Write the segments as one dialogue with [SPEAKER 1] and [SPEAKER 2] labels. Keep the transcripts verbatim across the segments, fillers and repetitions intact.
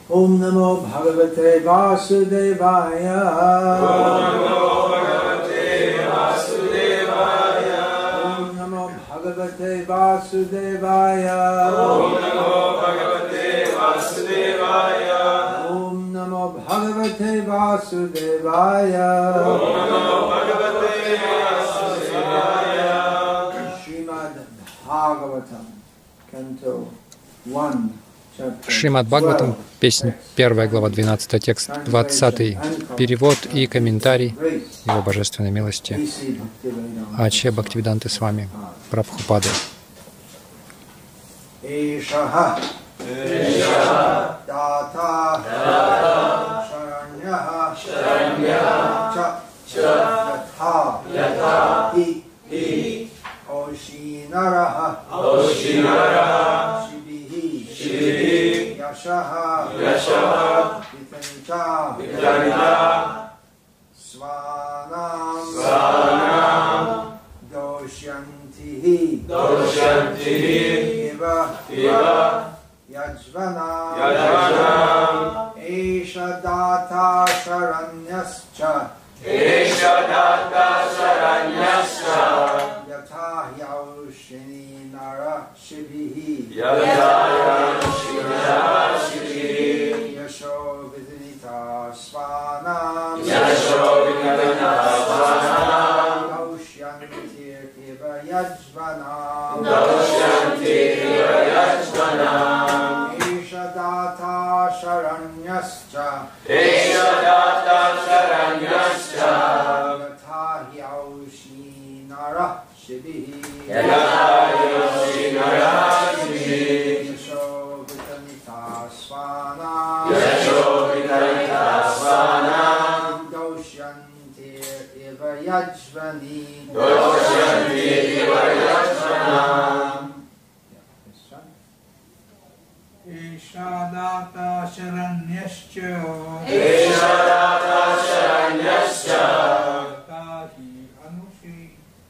[SPEAKER 1] Om Namo Bhagavate Vasudevaya.
[SPEAKER 2] Om Namo Bhagavate Vasudevaya.
[SPEAKER 1] Om Namo Bhagavate Vasudevaya.
[SPEAKER 2] Om Namo Bhagavate Vasudevaya.
[SPEAKER 1] Om Namo Bhagavate Vasudevaya.
[SPEAKER 2] Om Namo Bhagavate Vasudevaya.
[SPEAKER 1] Srimad Bhagavatam, Canto one.
[SPEAKER 3] Шримад Бхагаватам, песня первая, глава двенадцатая, текст двадцатый, перевод и комментарий Его Божественной милости Аче Бхактивиданты с вами, Прабхупады.
[SPEAKER 1] Эшаха Дата Шараньяха Ятха Хи Ошинараха Shibhi Yashaha
[SPEAKER 2] Yashaha
[SPEAKER 1] Vitanita
[SPEAKER 2] Vitanita
[SPEAKER 1] Svanam
[SPEAKER 2] Svanam
[SPEAKER 1] Doshyantihi
[SPEAKER 2] Doshyantihi
[SPEAKER 1] Eva
[SPEAKER 2] Eva
[SPEAKER 1] Yajvanam
[SPEAKER 2] Yajvanam
[SPEAKER 1] Esha Data Sharanyascha
[SPEAKER 2] Esha Data Sharanyascha
[SPEAKER 1] Yatha Yaushini Nara Shibhi
[SPEAKER 2] Yatha Yaushini Shibhi
[SPEAKER 1] Yasho Vidinita Svanam
[SPEAKER 2] Yasho Vidinita Svanam
[SPEAKER 1] Doshyanti Eva Yajvanam
[SPEAKER 2] Doshyanti Eva Yajvanam
[SPEAKER 1] Esha Data Sharanyascha
[SPEAKER 2] Esha Data Sharanyascha
[SPEAKER 1] Yatha Yaushini Nara Shibhi
[SPEAKER 2] Yatha Yaushini Nara Shibhi
[SPEAKER 1] Yasho Vidinita Svanam
[SPEAKER 2] Yasho Vidinita Svanam
[SPEAKER 1] Doshyanti Eva Yajvani
[SPEAKER 2] Doshyanti Eva Yajvanam
[SPEAKER 4] Esha Data Sharanyascha
[SPEAKER 2] Esha Data Sharanyascha
[SPEAKER 4] Tahi Anushi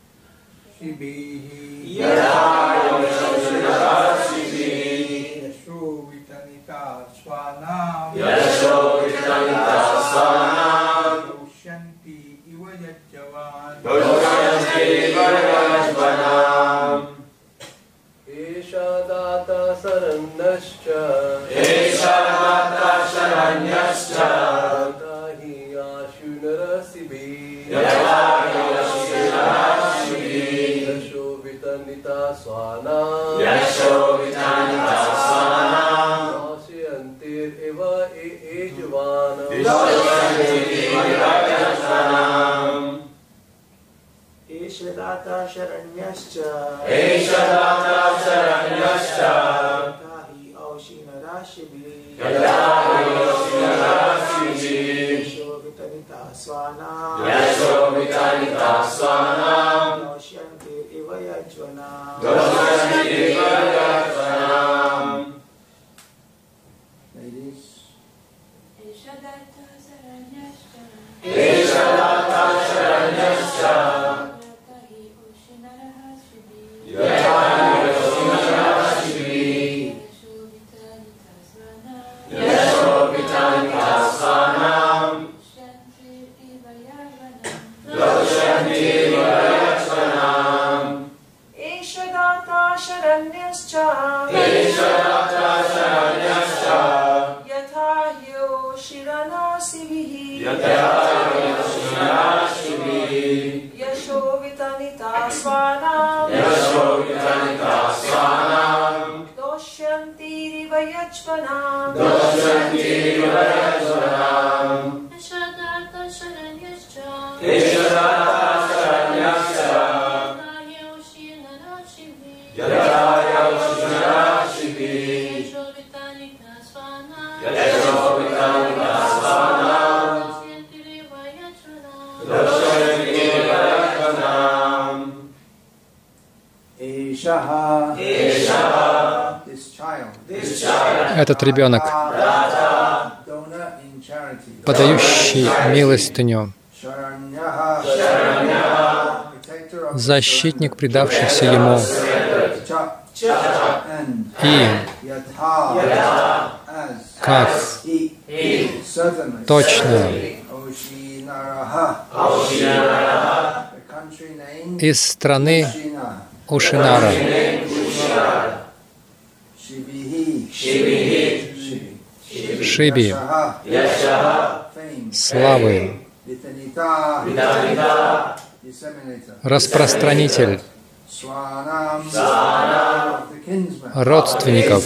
[SPEAKER 4] Shibhi
[SPEAKER 2] Yatha Yaushini Nara Shibhi
[SPEAKER 4] Yasho Vitanita Svanam
[SPEAKER 2] Yasho Vidinita Svanam
[SPEAKER 4] Doshanti Iva Yajjavan
[SPEAKER 2] Doshyanti Eva Yajvanam
[SPEAKER 5] Esha Data Saranyascha
[SPEAKER 2] Esha Data Sharanyascha
[SPEAKER 5] Tahi Ashunara Sibhi
[SPEAKER 2] Yatha Yaushini Nara Shibhi
[SPEAKER 5] Yasho Vitanita Svanam
[SPEAKER 2] Yasho Vidinita Svanam
[SPEAKER 5] Dosyantir Eva Ejvanam
[SPEAKER 2] Doshyanti Eva Yajvanam
[SPEAKER 6] Esha Data Sharanyascha
[SPEAKER 2] Esha Data Sharanyascha
[SPEAKER 6] Tahi Aushinara Shibhi
[SPEAKER 2] Yatha Yaushini Nara Shibhi
[SPEAKER 6] Yasho Vitanita Svanam
[SPEAKER 2] Yasho Vidinita Svanam
[SPEAKER 6] Doshanti Iva Yajvanam
[SPEAKER 2] Doshyanti Eva Yajvanam
[SPEAKER 1] Ladies,
[SPEAKER 2] Esha Data Sharanyascha Yatha Yaushini Nara Shibhi Yasho Vidinita Svanam Doshyanti Eva Yajvanam
[SPEAKER 6] Esha Data Sharanyascha
[SPEAKER 2] Esha Data Sharanyascha
[SPEAKER 6] Yatha Yoshirana Sibhi
[SPEAKER 2] Yatha Yaushini Nara Shibhi
[SPEAKER 6] Yasho Vitanita Svanam
[SPEAKER 2] Yasho Vidinita Svanam
[SPEAKER 6] Doshanti Iva Yajvanam
[SPEAKER 2] Doshyanti Eva Yajvanam
[SPEAKER 7] Esha Data Sharanyascha
[SPEAKER 2] Esha Data Sharanyascha
[SPEAKER 7] Tahi Aushinara Shibhi
[SPEAKER 2] Yatha Yaushini Nara Shibhi
[SPEAKER 7] Yasho Vitanita Svanam
[SPEAKER 2] Yasho Vidinita Svanam
[SPEAKER 7] Dosyantir Eva Yajvanam
[SPEAKER 2] Doshyanti Eva Yajvanam
[SPEAKER 1] Eshaha,
[SPEAKER 2] Esha
[SPEAKER 1] this child,
[SPEAKER 2] This child
[SPEAKER 3] Этот ребенок,
[SPEAKER 1] donor in charity,
[SPEAKER 3] подающий милостыню,
[SPEAKER 1] Sharanyaha, protector of
[SPEAKER 3] защитник предавшихся ему,
[SPEAKER 1] Cha, and
[SPEAKER 3] и
[SPEAKER 1] Yatha, as
[SPEAKER 3] как точно из страны Ушинара, Шиби, славы, распространитель родственников,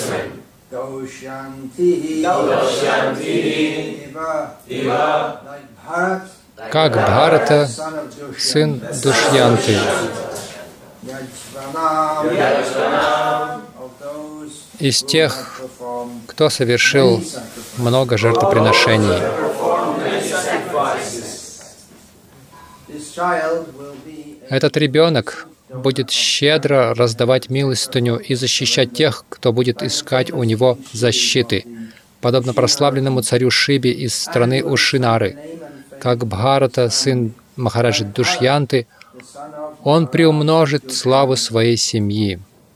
[SPEAKER 3] как Бхарата, сын Душьянты, из тех, кто совершил много жертвоприношений. Этот ребенок будет щедро раздавать милостыню и защищать тех, кто будет искать у него защиты, подобно прославленному царю Шиби из страны Ушинары. Как Бхарата, сын Махараджи Душьянты, он приумножит славу своей семьи.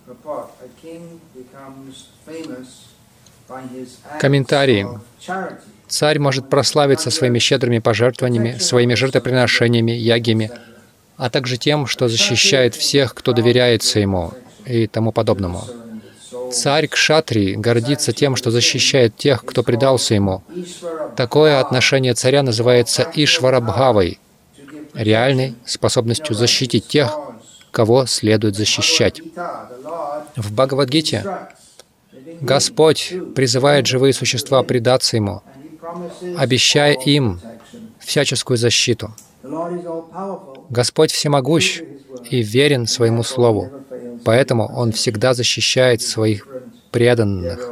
[SPEAKER 3] Комментарии. Царь может прославиться своими щедрыми пожертвованиями, своими жертвоприношениями, ягьями, а также тем, что защищает всех, кто доверяется ему, и тому подобному. Царь Кшатрии гордится тем, что защищает тех, кто предался ему. Такое отношение царя называется Ишварабхавой, реальной способностью защитить тех, кого следует защищать. В Бхагавад-гите Господь призывает живые существа предаться Ему, обещая им всяческую защиту. Господь всемогущ и верен своему слову, поэтому Он всегда защищает своих преданных.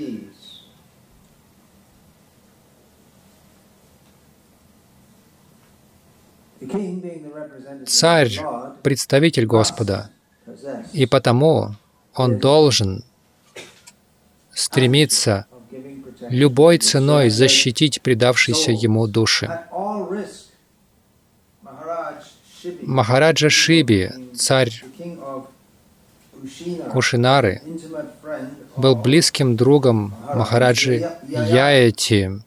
[SPEAKER 3] Царь — представитель Господа, и потому он должен стремиться любой ценой защитить предавшиеся ему души. Махараджа Шиби, царь Ушинары, был близким другом Махараджи Яяти,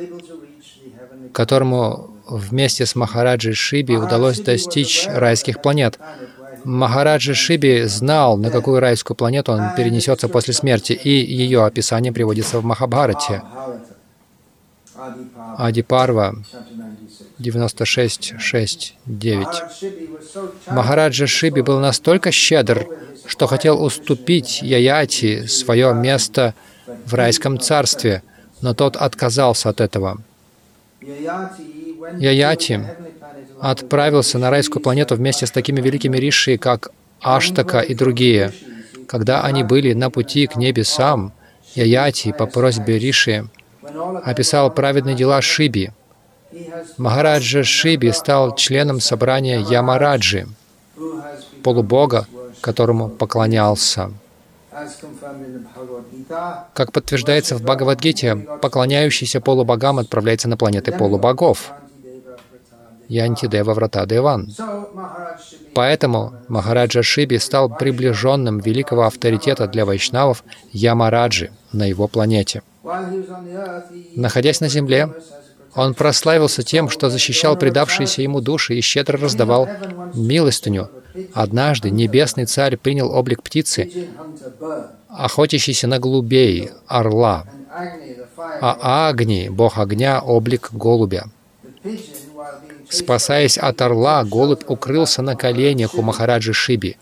[SPEAKER 3] которому вместе с Махараджей Шиби удалось достичь райских планет. Махараджа Шиби знал, на какую райскую планету он перенесется после смерти, и ее описание приводится в Махабхарате. Адипарва девяносто шесть, шесть, девять. Махараджа Шиби был настолько щедр, что хотел уступить Яяти свое место в райском царстве, но тот отказался от этого. Яяти отправился на райскую планету вместе с такими великими риши, как Аштака и другие. Когда они были на пути к небесам, Яяти по просьбе риши описал праведные дела Шиби. Махараджа Шиби стал членом собрания Ямараджи, полубога, которому поклонялся. Как подтверждается в Бхагавад-гите, поклоняющийся полубогам отправляется на планеты полубогов. Янтидева Врата Деван. Поэтому Махараджа Шиби стал приближенным великого авторитета для вайшнавов Ямараджи на его планете. Находясь на земле, он прославился тем, что защищал предавшиеся ему души и щедро раздавал милостыню. Однажды небесный царь принял облик птицы, охотящейся на голубей, орла, а Агни, бог огня, облик голубя. Спасаясь от орла, голубь укрылся на коленях у Махараджи Шиби.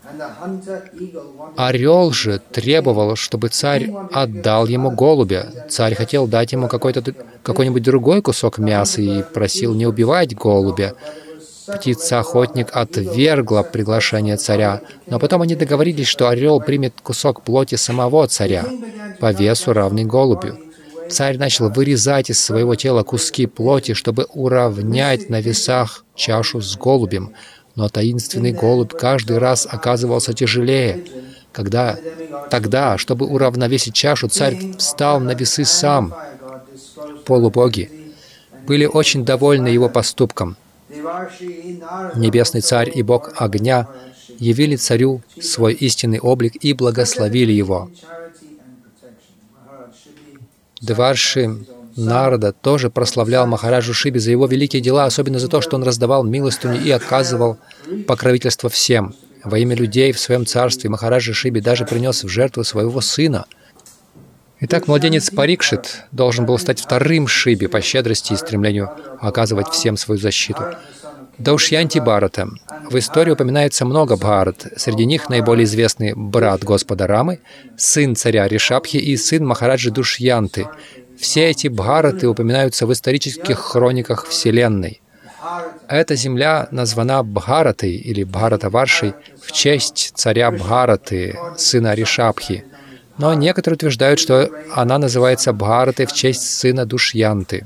[SPEAKER 3] Орел же требовал, чтобы царь отдал ему голубя. Царь хотел дать ему какой-то, какой-нибудь другой кусок мяса и просил не убивать голубя. Птица-охотник отвергла приглашение царя, но потом они договорились, что орел примет кусок плоти самого царя, по весу равный голубю. Царь начал вырезать из своего тела куски плоти, чтобы уравнять на весах чашу с голубем. Но таинственный голубь каждый раз оказывался тяжелее. Когда, тогда, чтобы уравновесить чашу, царь встал на весы сам. Полубоги были очень довольны его поступком. Небесный царь и бог огня явили царю свой истинный облик и благословили его. Деварши Нарада тоже прославлял Махараджу Шиби за его великие дела, особенно за то, что он раздавал милостыню и оказывал покровительство всем. Во имя людей в своем царстве Махараджа Шиби даже принес в жертву своего сына. Итак, младенец Парикшит должен был стать вторым Шиби по щедрости и стремлению оказывать всем свою защиту. Даушьянти Бхарата. В истории упоминается много Бхарат. Среди них наиболее известный брат Господа Рамы, сын царя Ришабхи и сын Махараджи Душьянты. Все эти Бхараты упоминаются в исторических хрониках Вселенной. Эта земля названа Бхаратой или Бхаратаваршей в честь царя Бхараты, сына Ришабхи. Но некоторые утверждают, что она называется Бхаратой в честь сына Душьянты.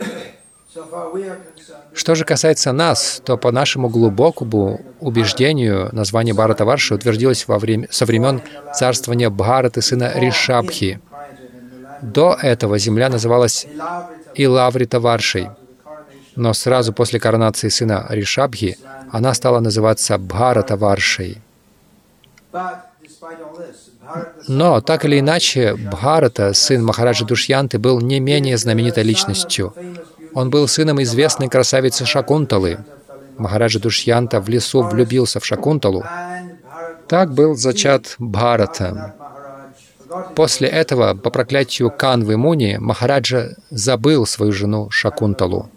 [SPEAKER 3] Что же касается нас, то по нашему глубокому убеждению название Бхаратаварши утвердилось во время, со времен царствования Бхараты, сына Ришабхи. До этого земля называлась Илавритаваршей, но сразу после коронации сына Ришабхи она стала называться Бхаратаваршей. Но, так или иначе, Бхарата, сын Махараджи Душьянты, был не менее знаменитой личностью. Он был сыном известной красавицы Шакунталы. Махараджа Душьянта в лесу влюбился в Шакунталу. Так был зачат Бхарата. После этого, по проклятию Канвы Муни, Махараджа забыл свою жену Шакунталу.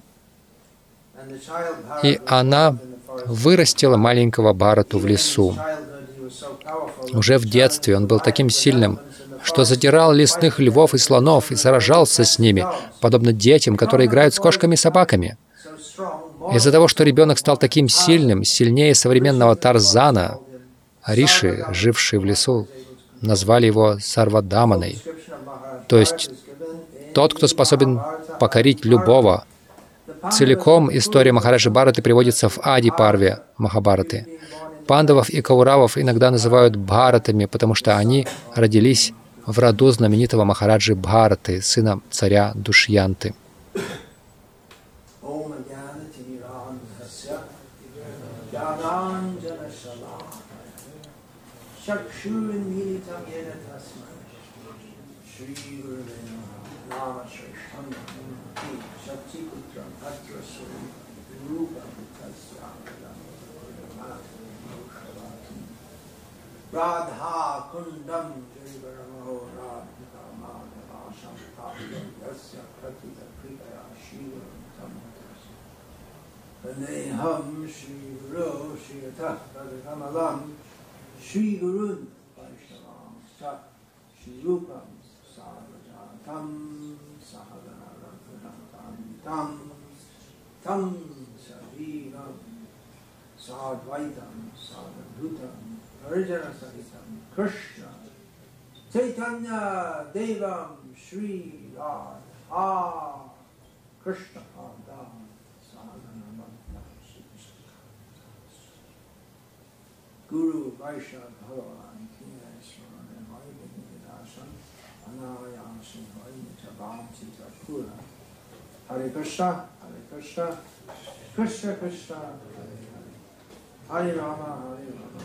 [SPEAKER 3] И она вырастила маленького Бхарату в лесу. Уже в детстве он был таким сильным, что задирал лесных львов и слонов и сражался с ними, подобно детям, которые играют с кошками и собаками. Из-за того, что ребенок стал таким сильным, сильнее современного Тарзана, риши, жившие в лесу, назвали его Сарвадаманой, то есть тот, кто способен покорить любого. Целиком история Махараджи Бхараты приводится в Ади-парве Махабхараты. Пандавов и Кауравов иногда называют Бхаратами, потому что они родились в роду знаменитого Махараджи Бхараты, сына царя Душьянты.
[SPEAKER 1] Radha Kundam Jaivaramo Radhika Madhava Shampavya Yasya Pratita Prikaya Shivaram Vaneham Shri Guru Shri Atah Kamalam Shri Gurun Vaishnavam Sat Shri Rupam Sarvajatam Sahadana Raghunam Tam Tam Saviram Sadvaitam Sadadhutam Harijana Sahitam Krishna Chaitanya Devam Shri Radha Krishna Pada Sadhana Manta Guru Vaishnav Bhagavan Kineswaran Vaidinidasam Anayasam Vaidinitavam Chitakura Hare Krishna Hare Krishna Krishna Krishna Hare Rama Hare Rama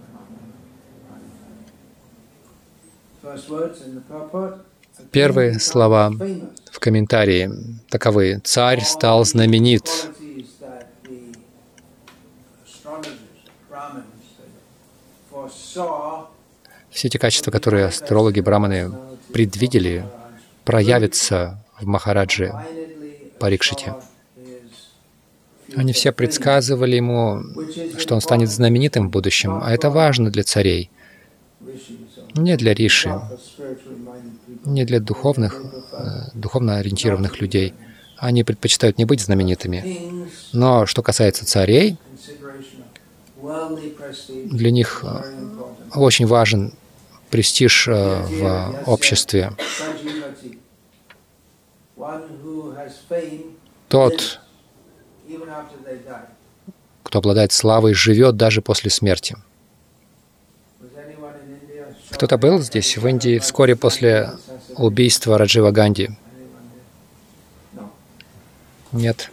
[SPEAKER 3] Первые слова в комментарии таковы. Царь стал знаменит. Все эти качества, которые астрологи, браманы предвидели, проявятся в Махараджи Парикшите. Они все предсказывали ему, что он станет знаменитым в будущем, а это важно для царей. Не для риши, не для духовных, духовно ориентированных людей. Они предпочитают не быть знаменитыми. Но что касается царей, для них очень важен престиж в обществе. Тот, кто обладает славой, живет даже после смерти. Кто-то был здесь, в Индии, вскоре после убийства Раджива Ганди? Нет.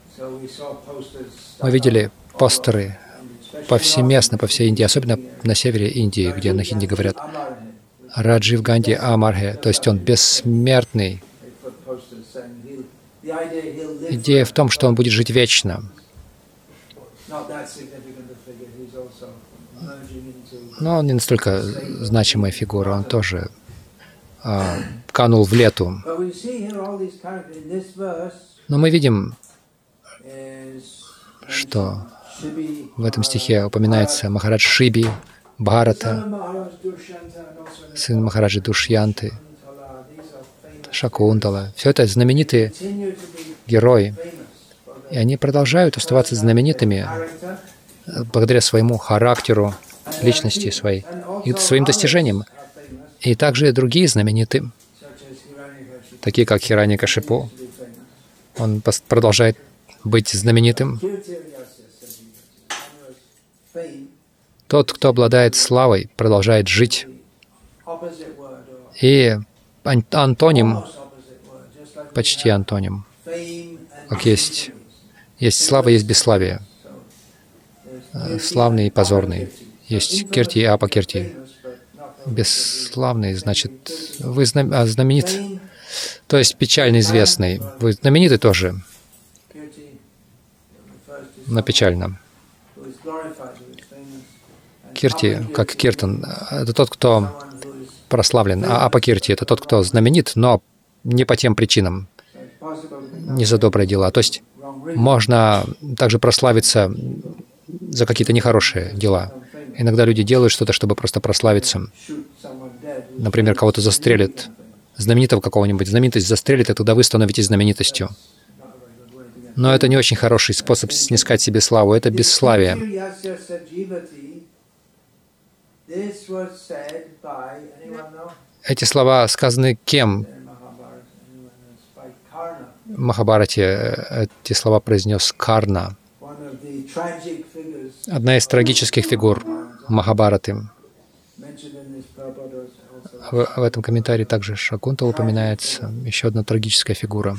[SPEAKER 3] Мы видели постеры повсеместно по всей Индии, особенно на севере Индии, где на хинди говорят Раджив Ганди Амархе, то есть он бессмертный. Идея в том, что он будет жить вечно. Но он не настолько значимая фигура, он тоже а, канул в лету. Но мы видим, что в этом стихе упоминается Махарадж Шиби, Бхарата, сын Махараджи Душьянты, Шакунтала. Все это знаменитые герои. И они продолжают оставаться знаменитыми благодаря своему характеру, личности своей и своим достижениям. И также и другие знамениты, такие как Хираньякашипу. Он продолжает быть знаменитым. Тот, кто обладает славой, продолжает жить. И антоним, почти антоним, как есть, есть слава, есть бесславие, славный и позорный, есть кирти и апакирти. Бесславный, значит, вы знаменит, то есть печально известный. Вы знаменитый тоже, но печально. Кирти, как Киртан, это тот, кто прославлен, а апакирти — это тот, кто знаменит, но не по тем причинам, не за добрые дела. То есть можно также прославиться за какие-то нехорошие дела. Иногда люди делают что-то, чтобы просто прославиться. Например, кого-то застрелят, знаменитого какого-нибудь, знаменитость застрелит, и тогда вы становитесь знаменитостью. Но это не очень хороший способ снискать себе славу, это бесславие. Эти слова сказаны кем? В Махабхарате эти слова произнес Карна, одна из трагических фигур Махабхараты. В, в этом комментарии также Шакунтала упоминается, еще одна трагическая фигура.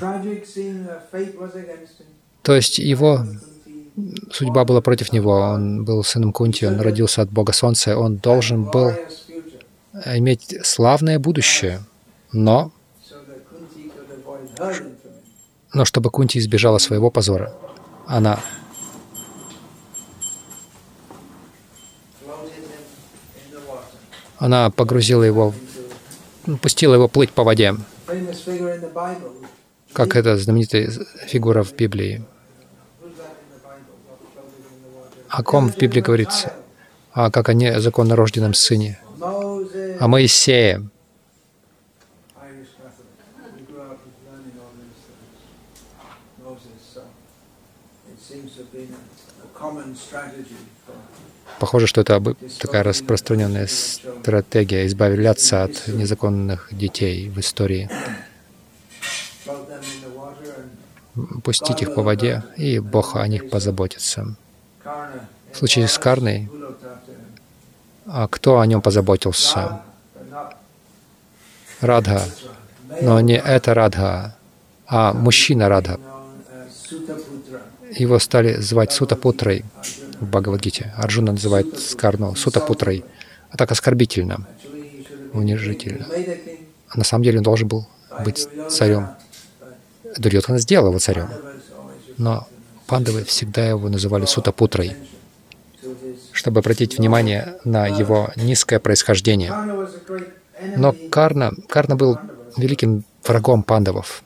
[SPEAKER 3] То есть его судьба была против него, он был сыном Кунти, он родился от Бога Солнца, он должен был иметь славное будущее, но, но чтобы Кунти избежала своего позора, она Она погрузила его, пустила его плыть по воде, как эта знаменитая фигура в Библии. О ком в Библии говорится? А как о незаконнорожденном сыне? О Моисее. Похоже, что это такая распространенная стратегия избавляться от незаконных детей в истории. Пустить их по воде, и Бог о них позаботится. В случае с Карной, а кто о нем позаботился? Радха. Но не это Радха, а мужчина Радха. Его стали звать Сутапутрой в Бхагавад-гите. Арджуна называет Карну Сутапутрой. А так оскорбительно, унижительно. А на самом деле он должен был быть царем. Дурьодхана сделал его царем. Но пандавы всегда его называли Сутапутрой, чтобы обратить внимание на его низкое происхождение. Но Карна, Карна был великим врагом пандавов.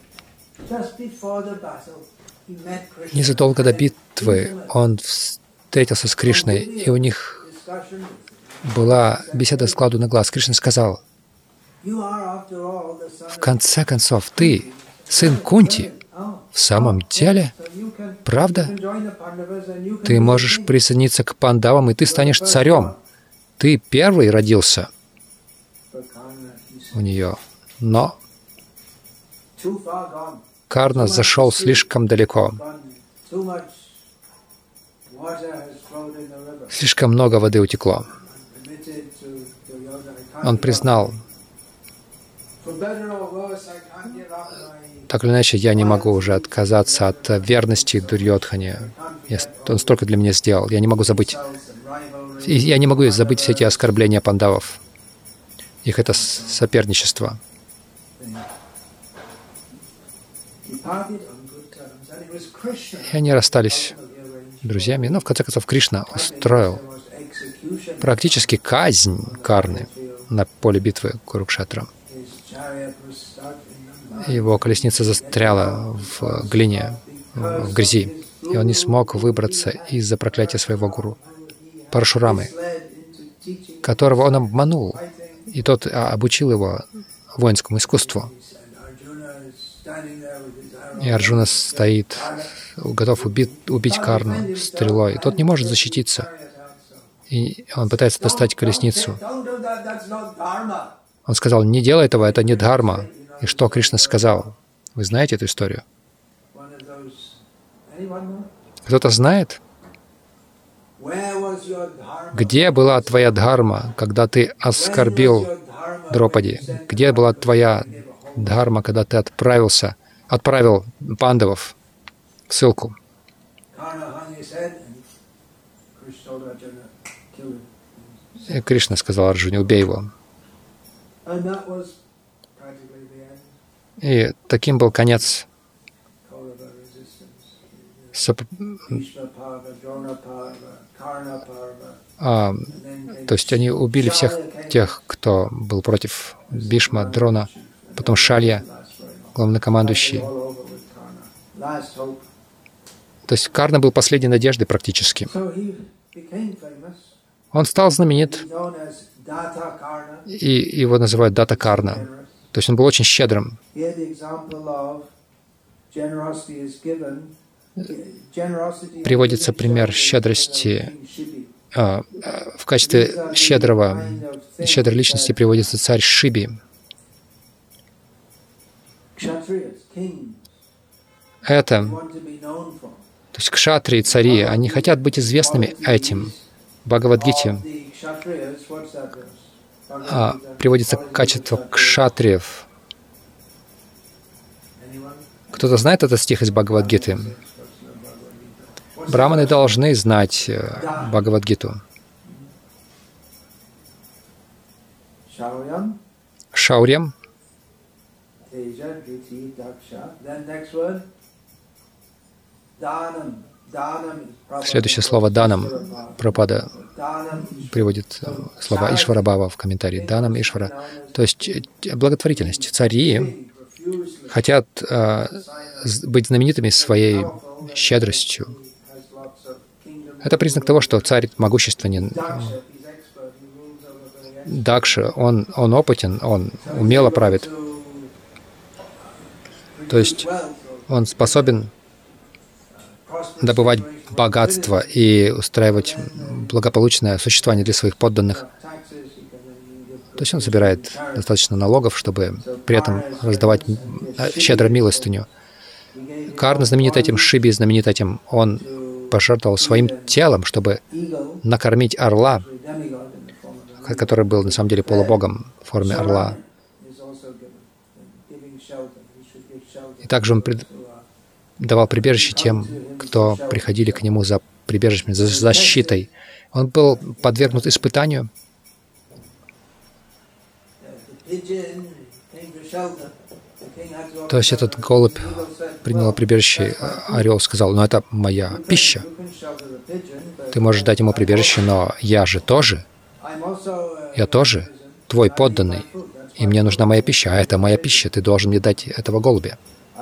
[SPEAKER 3] Незадолго до битвы он встретился с Кришной, и у них была беседа с глазу на глаз. Кришна сказал: «В конце концов, ты сын Кунти? В самом деле? Правда? Ты можешь присоединиться к пандавам, и ты станешь царем. Ты первый родился у нее». Но Карна зашел слишком далеко. Слишком много воды утекло. Он признал: так или иначе, я не могу уже отказаться от верности Дурьодхане. Он столько для меня сделал. Я не могу забыть. И я не могу забыть все эти оскорбления пандавов. Их это соперничество. И они расстались друзьями. Но в конце концов Кришна устроил практически казнь Карны на поле битвы Курукшетра. Его колесница застряла в глине, в грязи, и он не смог выбраться из-за проклятия своего гуру Парашурамы, которого он обманул, и тот обучил его воинскому искусству. И Арджуна стоит, готов убить, убить Карну стрелой, и тот не может защититься. И он пытается достать колесницу. Он сказал: не делай этого, это не дхарма. И что Кришна сказал? Вы знаете эту историю? Кто-то знает? Где была твоя дхарма, когда ты оскорбил Дропади? Где была твоя дхарма, когда ты отправился, отправил пандавов в ссылку? И Кришна сказал Арджуне: убей его. И таким был конец. Соп... А, то есть они убили всех тех, кто был против Бишма, Дрона, потом Шалья, главнокомандующий. То есть Карна был последней надеждой практически. Он стал знаменит, и его называют Дата Карна. То есть он был очень щедрым. Приводится пример щедрости. А, в качестве щедрого, щедрой личности приводится царь Шиби. Это, то есть кшатрии, цари, они хотят быть известными этим. В Бхагавад-гите а, приводится качество кшатриев. Кто-то знает этот стих из Бхагавад-гиты? Браманы должны знать Бхагавад-гиту. Шаурьям. Следующее слово «данам». Прабхупада приводит слова Ишвара-бхава в комментарии. «Данам Ишвара». То есть благотворительность. Цари хотят э, быть знаменитыми своей щедростью. Это признак того, что царь могущественен. Дакша, он, он опытен, он умело правит. То есть он способен добывать богатство и устраивать благополучное существование для своих подданных. То есть он собирает достаточно налогов, чтобы при этом раздавать щедро милостыню. Карна знаменит этим, Шиби знаменит этим. Он пожертвовал своим телом, чтобы накормить орла, который был на самом деле полубогом в форме орла. И также он пред... давал прибежище тем, кто приходили к нему за прибежищем, за защитой. Он был подвергнут испытанию. То есть этот голубь принял прибежище, орел сказал: ну это моя пища. Ты можешь дать ему прибежище, но я же тоже, я тоже твой подданный, и мне нужна моя пища, а это моя пища, ты должен мне дать этого голубя.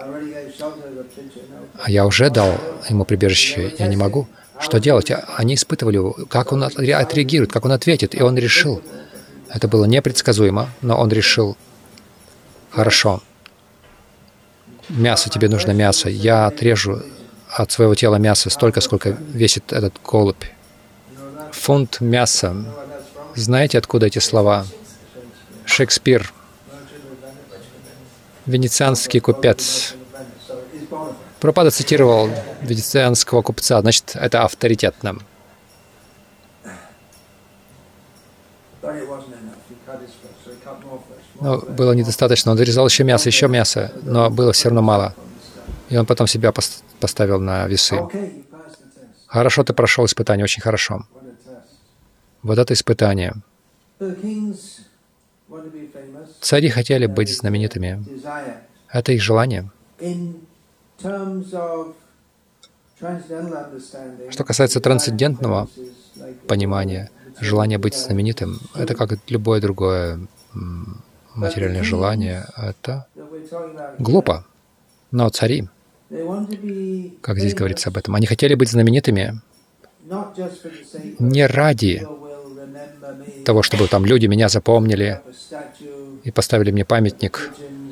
[SPEAKER 3] А я уже дал ему прибежище, я не могу. Что делать? Они испытывали его, как он отреагирует, как он ответит, и он решил. Это было непредсказуемо, но он решил: хорошо, мясо, тебе нужно мясо, я отрежу от своего тела мясо столько, сколько весит этот голубь. Фунт мяса. Знаете, откуда эти слова? Шекспир, венецианский купец. Прабхупада цитировал венецианского купца, значит, это авторитетно. Но было недостаточно. Он дорезал еще мясо, еще мясо, но было все равно мало. И он потом себя поставил на весы. Хорошо, ты прошел испытание, очень хорошо. Вот это испытание. Цари хотели быть знаменитыми. Это их желание. Что касается трансцендентного понимания, желание быть знаменитым, это как любое другое материальное желание. Это глупо. Но цари, как здесь говорится об этом, они хотели быть знаменитыми не ради того, чтобы там люди меня запомнили и поставили мне памятник,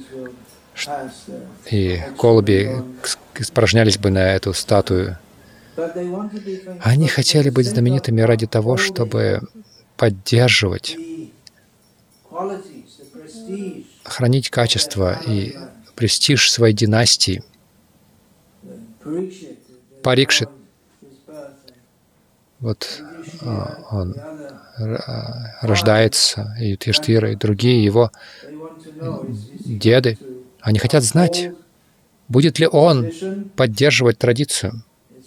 [SPEAKER 3] и голуби испражнялись бы на эту статую. Они хотели быть знаменитыми ради того, чтобы поддерживать, хранить качество и престиж своей династии. Парикшит, вот он рождается, и Юдхиштхира, и другие его деды, они хотят знать, будет ли он поддерживать традицию.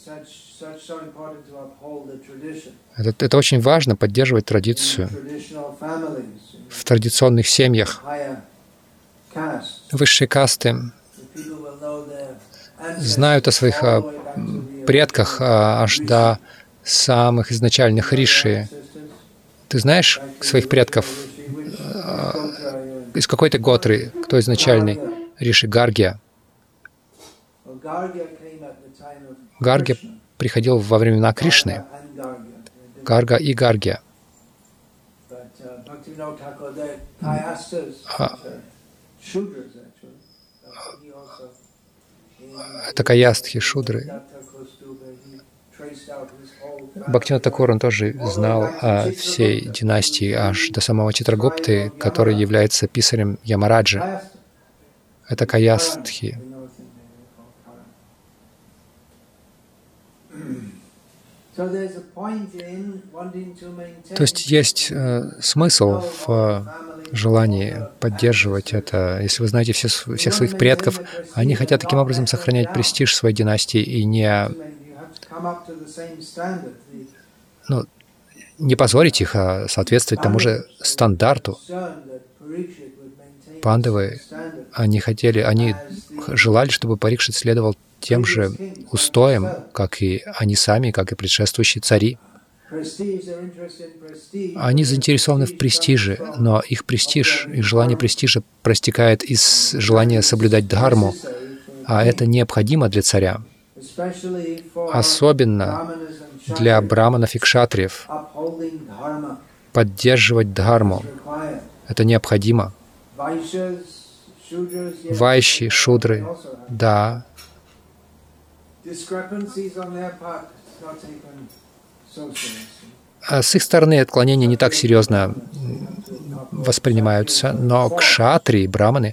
[SPEAKER 3] Это, это очень важно, поддерживать традицию в традиционных семьях. Высшие касты знают о своих а, предках а, аж до самых изначальных риши. Ты знаешь своих предков? А, из какой ты готры? Кто изначальный? Риши Гаргия. Гаргия приходил во времена Кришны. Гарга и Гаргия. А, это каястхи, шудры. Бхактивинода Тхакур, он тоже знал о всей династии аж до самого Читрагупты, который является писарем Ямараджи. Это каястхи. То есть есть э, смысл в э, желании поддерживать это. Если вы знаете все, всех своих предков, они хотят таким образом сохранять престиж своей династии и не, ну, не позорить их, а соответствовать тому же стандарту. Пандавы, они хотели, они желали, чтобы Парикшит следовал тем же устоям, как и они сами, как и предшествующие цари. Они заинтересованы в престиже, но их престиж, их желание престижа проистекает из желания соблюдать дхарму, а это необходимо для царя. Особенно для браманов и кшатриев. Поддерживать дхарму. Это необходимо. Вайши, шудры, да. С их стороны отклонения не так серьезно воспринимаются, но кшатрии, браманы,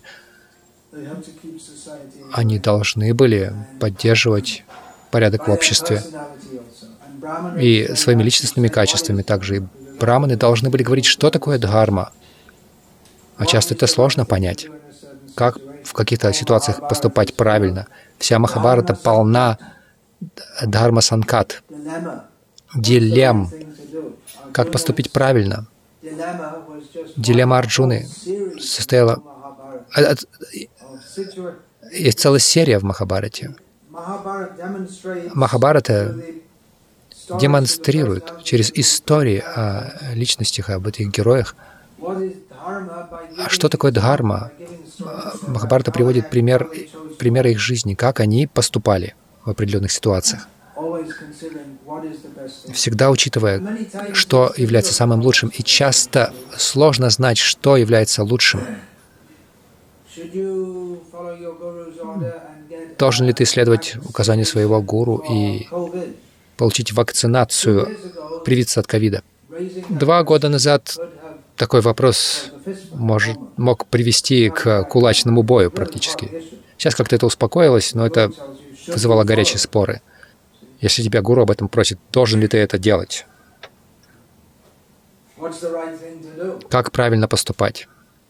[SPEAKER 3] они должны были поддерживать порядок в обществе. И своими личностными качествами также. И браманы должны были говорить, что такое дхарма. А часто это сложно понять, как в каких-то ситуациях поступать правильно. Вся Махабхарата полна дхарма-санкат, дилемм, как поступить правильно. Дилемма Арджуны состояла... Есть целая серия в Махабхарате. Махабхарата демонстрирует через истории о личностях, об этих героях, а что такое дхарма. Махабхарата приводит пример, примеры их жизни, как они поступали в определенных ситуациях, всегда учитывая, что является самым лучшим. И часто сложно знать, что является лучшим. Должен ли ты следовать указанию своего гуру и получить вакцинацию, привиться от ковида? Два года назад такой вопрос может, мог привести к кулачному бою практически. Сейчас как-то это успокоилось, но это вызывало горячие споры. Если тебя гуру об этом просит, должен ли ты это делать? Как правильно поступать?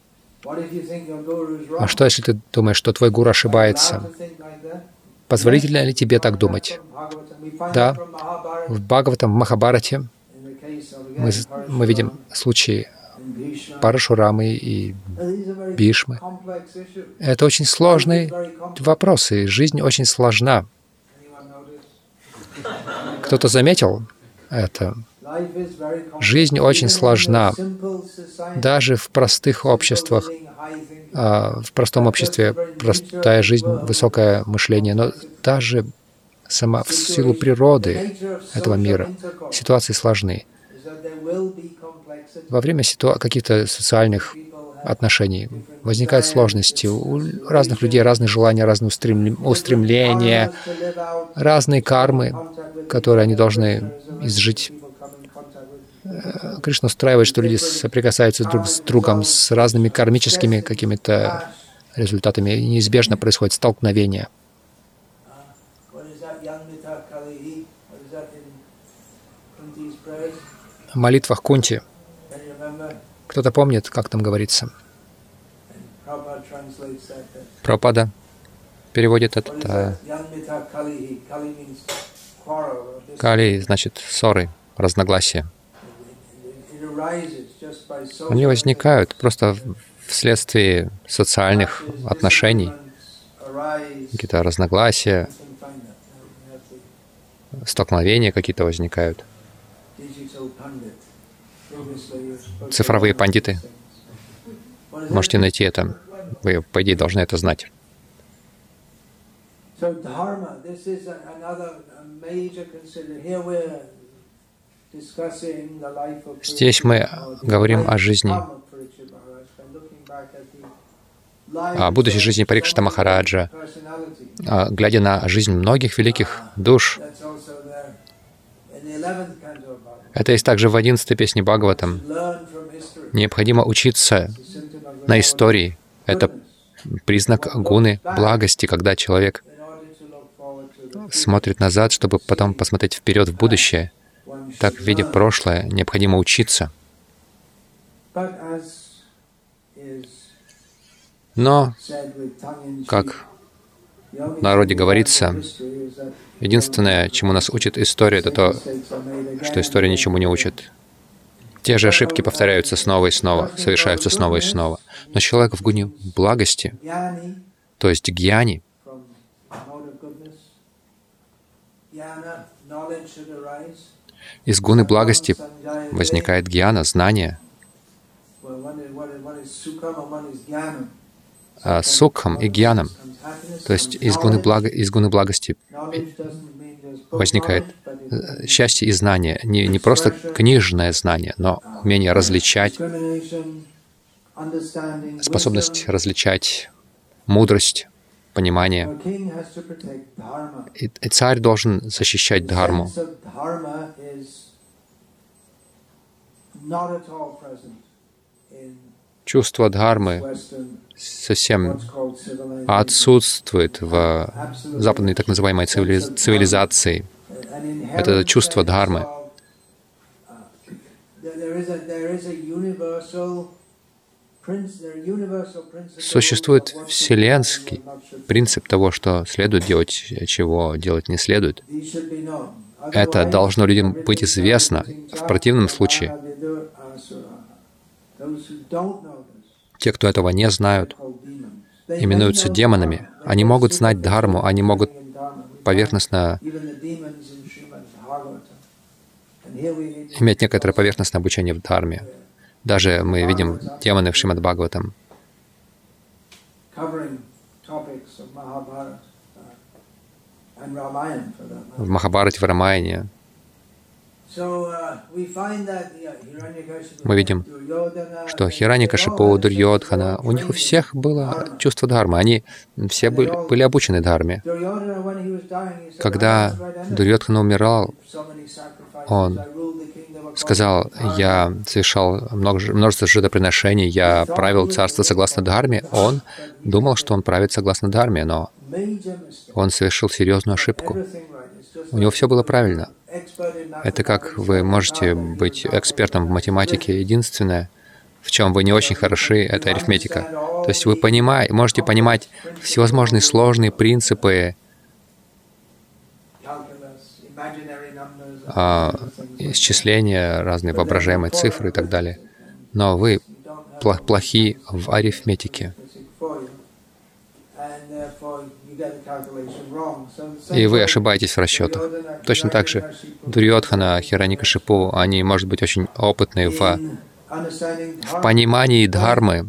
[SPEAKER 3] А что, если ты думаешь, что твой гуру ошибается? Позволительно ли тебе так думать? Да, в Бхагаватам, в Махабхарате мы, мы видим случаи Парашурамы и Бхишмы. Это очень сложные вопросы. Жизнь очень сложна. Кто-то заметил это? Жизнь очень сложна. Даже в простых обществах, в простом обществе простая жизнь, высокое мышление, но даже сама в силу природы этого мира ситуации сложны. Во время ситу... каких-то социальных отношений возникают сложности. У разных людей разные желания, разные устрем... устремления, разные кармы, которые они должны изжить. Кришна устраивает, что люди соприкасаются друг с другом с разными кармическими какими-то результатами, и неизбежно происходит столкновение. В молитвах Кунти. Кто-то помнит, как там говорится? Прабхупада переводит это. Кали значит ссоры, разногласия. Они возникают просто вследствие социальных отношений, какие-то разногласия, столкновения какие-то возникают. Цифровые пандиты. Можете найти это. Вы, по идее, должны это знать. Здесь мы говорим о жизни, о будущей жизни Парикшита Махараджа, глядя на жизнь многих великих душ. Это есть также в одиннадцатой песне Бхагаватам. Необходимо учиться на истории. Это признак гуны благости, когда человек смотрит назад, чтобы потом посмотреть вперед в будущее. Так, видя прошлое, необходимо учиться. Но, как в народе говорится, единственное, чему нас учит история, это то, что история ничему не учит. Те же ошибки повторяются снова и снова, совершаются снова и снова. Но человек в гуне благости, то есть гьяни, из гуны благости возникает гьяна, знание. А сукхам и гьяном, то есть из гуны, блага, из гуны благости возникает счастье и знание. Не, не просто книжное знание, но умение различать, способность различать мудрость, понимание. И, и царь должен защищать дхарму. Чувство дхармы совсем отсутствует в западной так называемой цивилизации. Это чувство дхармы. Существует вселенский принцип того, что следует делать, чего делать не следует. Это должно людям быть известно. В противном случае те, кто этого не знают, именуются демонами. Они могут знать дхарму, они могут поверхностно иметь некоторое поверхностное обучение в дхарме. Даже мы видим демоны в Шримад Бхагаватам. В Махабхарате, в Рамаяне. Мы видим, что Хираньякашипу, Дурьодхана, у них у всех было чувство дхармы. Они все были, были обучены дхарме. Когда Дурьодхана умирал, он сказал: «Я совершал множество жертвоприношений, я правил царство согласно дхарме». Он думал, что он правит согласно дхарме, но он совершил серьезную ошибку. У него все было правильно. Это как вы можете быть экспертом в математике. Единственное, в чем вы не очень хороши, это арифметика. То есть вы понимаете, можете понимать всевозможные сложные принципы а, исчисления, разные воображаемые цифры и так далее. но вы пла- плохи в арифметике, и вы ошибаетесь в расчетах. Точно так же Дурьодхана, Хираньякашипу, они, может быть, очень опытны в, в понимании дхармы.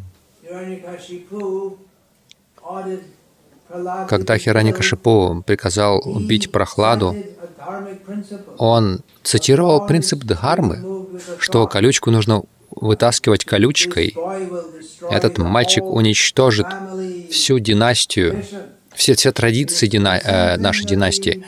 [SPEAKER 3] Когда Хираньякашипу приказал убить Прохладу, он цитировал принцип дхармы, что колючку нужно вытаскивать колючкой. Этот мальчик уничтожит всю династию, все, все традиции дина, э, нашей династии.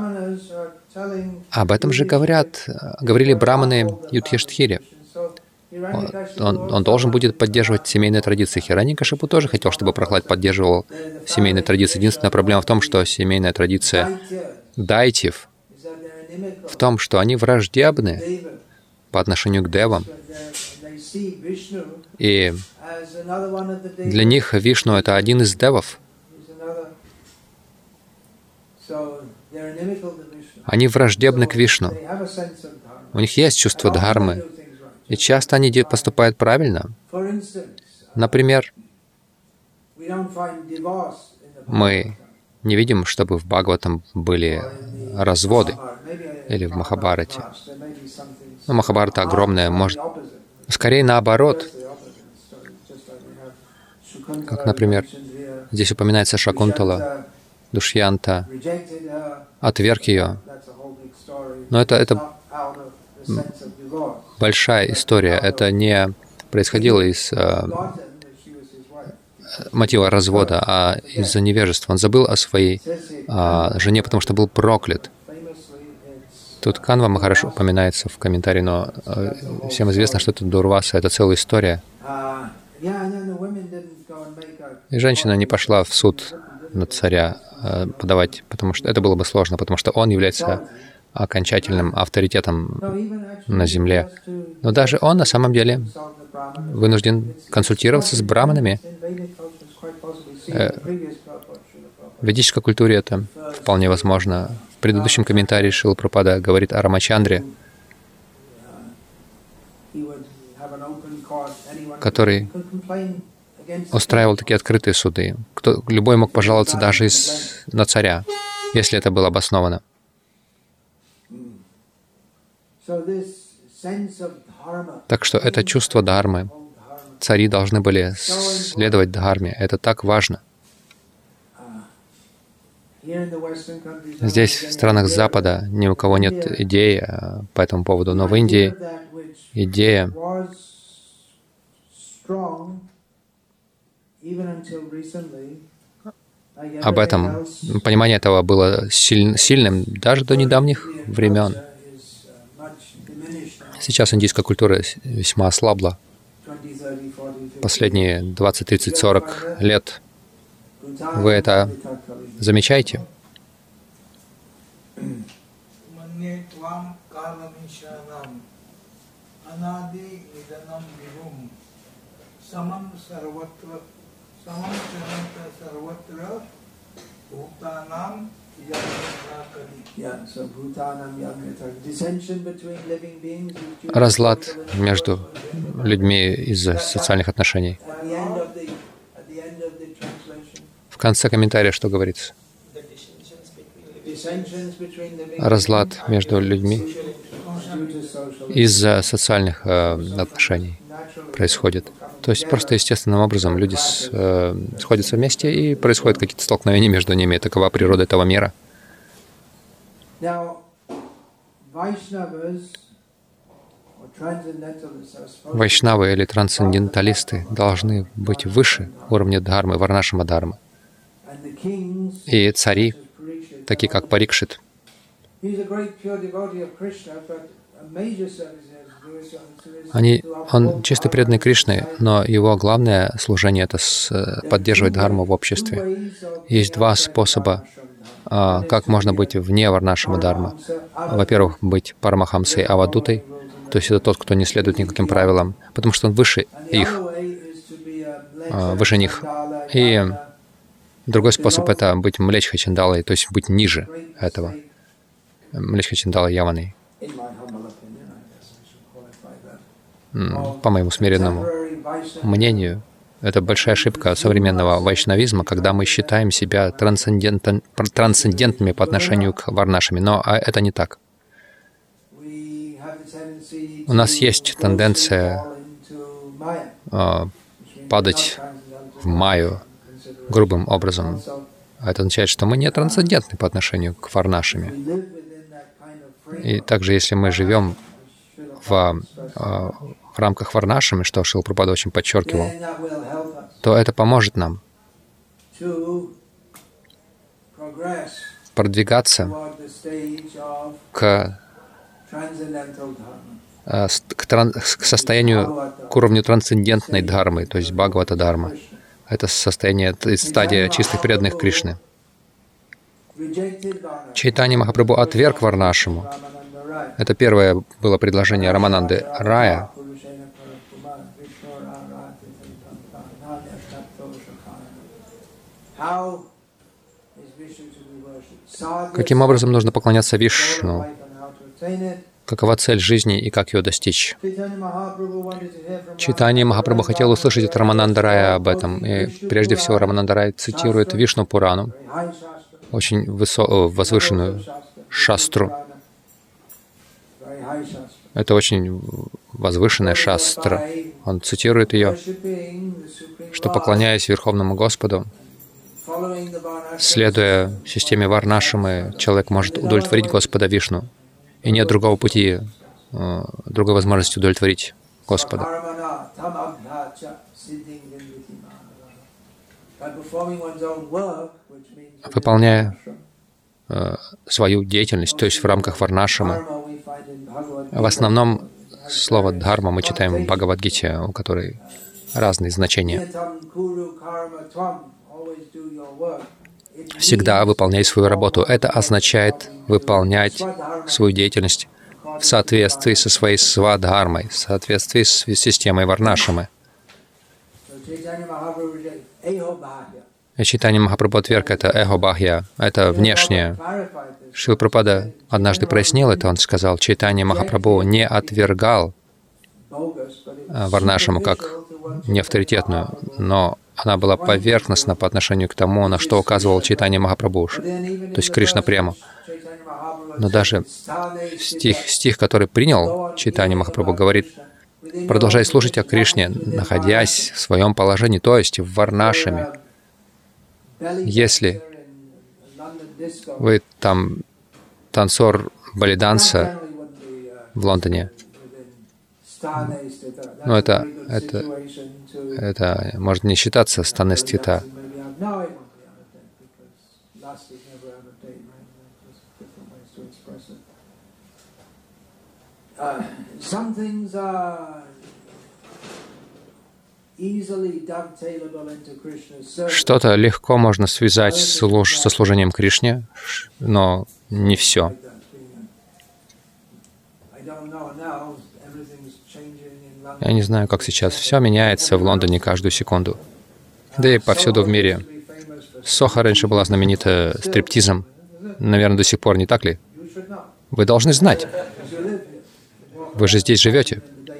[SPEAKER 3] Об этом же говорят, говорили браманы Юдхиштхире. Он, он, он должен будет поддерживать семейные традиции. Хираньякашипу тоже хотел, чтобы Прохлад поддерживал семейные традиции. Единственная проблема в том, что семейная традиция дайтев в том, что они враждебны по отношению к девам. И для них Вишну — это один из девов. Они враждебны к Вишну. У них есть чувство дхармы. И часто они поступают правильно. Например, мы не видим, чтобы в Бхагаватам были разводы, или в Махабхарате. Ну, Махабхарата огромная, может... Скорее наоборот. Как, например, здесь упоминается Шакунтала, Душьянта, отверг ее. Но это, это большая история. Это не происходило из э, мотива развода, а из-за невежества. Он забыл о своей э, жене, потому что был проклят. Тут Канва Махараш упоминается в комментарии, но э, всем известно, что это Дурваса, это целая история. И женщина не пошла в суд на царя э, подавать, потому что это было бы сложно, потому что он является окончательным авторитетом на земле. Но даже он на самом деле вынужден консультироваться с браманами. Э, в ведической культуре это вполне возможно. В предыдущем комментарии Шрила Прабхупада говорит о Рамачандре, который устраивал такие открытые суды. Кто, любой мог пожаловаться даже из, на царя, если это было обосновано. Так что это чувство дхармы. Цари должны были следовать дхарме. Это так важно. Здесь, в странах Запада, ни у кого нет идеи по этому поводу, но в Индии идея об этом, понимание этого было силь, сильным даже до недавних времен. Сейчас индийская культура весьма ослабла. Последние двадцать, тридцать, сорок лет. Вы это замечаете? Разлад между людьми из-за социальных отношений. В конце комментария что говорится? Разлад между людьми из-за социальных э, отношений происходит. То есть просто естественным образом люди с, э, сходятся вместе, и происходят какие-то столкновения между ними. Такова природа этого мира. Вайшнавы или трансценденталисты должны быть выше уровня дхармы, варнашама дхармы. И цари, такие как Парикшит, они, он чисто преданный Кришне, но его главное служение — это с, поддерживать дхарму в обществе. Есть два способа, а, как можно быть вне варнашама дхармы. Во-первых, быть парамахамсой авадутой, то есть это тот, кто не следует никаким правилам, потому что он выше их, а, выше них. И другой способ — это быть млечха чандалой, то есть быть ниже этого. Млечха чандала яваной. по моему смиренному мнению, это большая ошибка современного вайшнавизма, когда мы считаем себя трансцендентен, трансцендентными по отношению к варнашами, но это не так. У нас есть тенденция э, падать в майю грубым образом. Это означает, что мы не трансцендентны по отношению к варнашами. И также, если мы живем в, в рамках варнашами, что Шрила Прабхупада очень подчеркивал, то это поможет нам продвигаться к, к, тран, к состоянию, к уровню трансцендентной дхармы, то есть Бхагавата Дхарма. Это состояние, это стадия чистых преданных Кришны. Чайтанья Махапрабху отверг варнашему. Это первое было предложение Рамананды Рая. Каким образом нужно поклоняться Вишну? Какова цель жизни и как ее достичь? Чайтанья Махапрабху хотел услышать от Рамананды Рая об этом. И прежде всего Рамананда Рай цитирует Вишну Пурану, очень высо- возвышенную шастру. Это очень возвышенная шастра. Он цитирует ее, что, поклоняясь Верховному Господу, следуя системе варнашамы, человек может удовлетворить Господа Вишну. И нет другого пути, другой возможности удовлетворить Господа. Выполняя э, свою деятельность, то есть в рамках варнашамы, в основном слово «дхарма» мы читаем в Бхагавад-гите, у которой разные значения. Всегда выполняй свою работу. Это означает выполнять свою деятельность в соответствии со своей свадхармой, в соответствии с системой варнашамы. Чайтанья Махапрабху отверг это эхо-бахья, это внешнее. Шрила Прабхупада однажды прояснил это, он сказал, Чайтанья Махапрабху не отвергал варнашаму как неавторитетную, но она была поверхностна по отношению к тому, на что указывал Чайтанья Махапрабху, то есть Кришна Прему. Но даже стих, стих, который принял Чайтанья Махапрабху, говорит, продолжай слушать о Кришне, находясь в своем положении, то есть в варнашаме. Если вы там танцор балиданса в Лондоне, ну это, это, это может не считаться станестхита. Что-то легко можно связать со служением Кришне, но не все. Я не знаю, как сейчас. Все меняется в Лондоне каждую секунду. Да и повсюду в мире. Сохо раньше была знаменита стриптизом. Наверное, до сих пор, не так ли? Вы должны знать. Вы же здесь живете.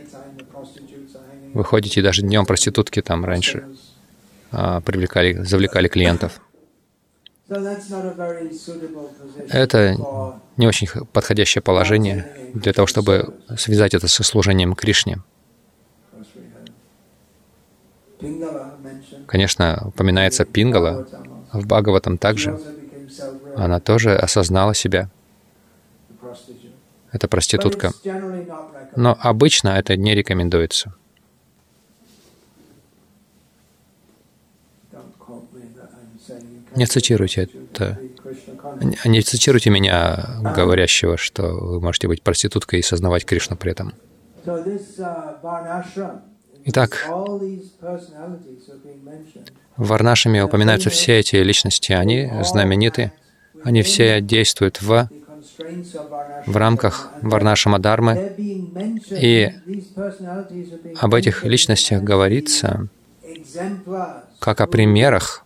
[SPEAKER 3] Вы ходите, даже днем проститутки там раньше а, привлекали, завлекали клиентов. Это не очень подходящее положение для того, чтобы связать это со служением Кришне. Конечно, упоминается Пингала, в Бхагаватам также. Она тоже осознала себя. Это проститутка. Но обычно это не рекомендуется. Не цитируйте это. Не цитируйте меня, говорящего, что вы можете быть проституткой и сознавать Кришну при этом. Итак, в варнашаме упоминаются все эти личности. Они знамениты. Они все действуют в, в рамках варнашама дхармы. И об этих личностях говорится как о примерах,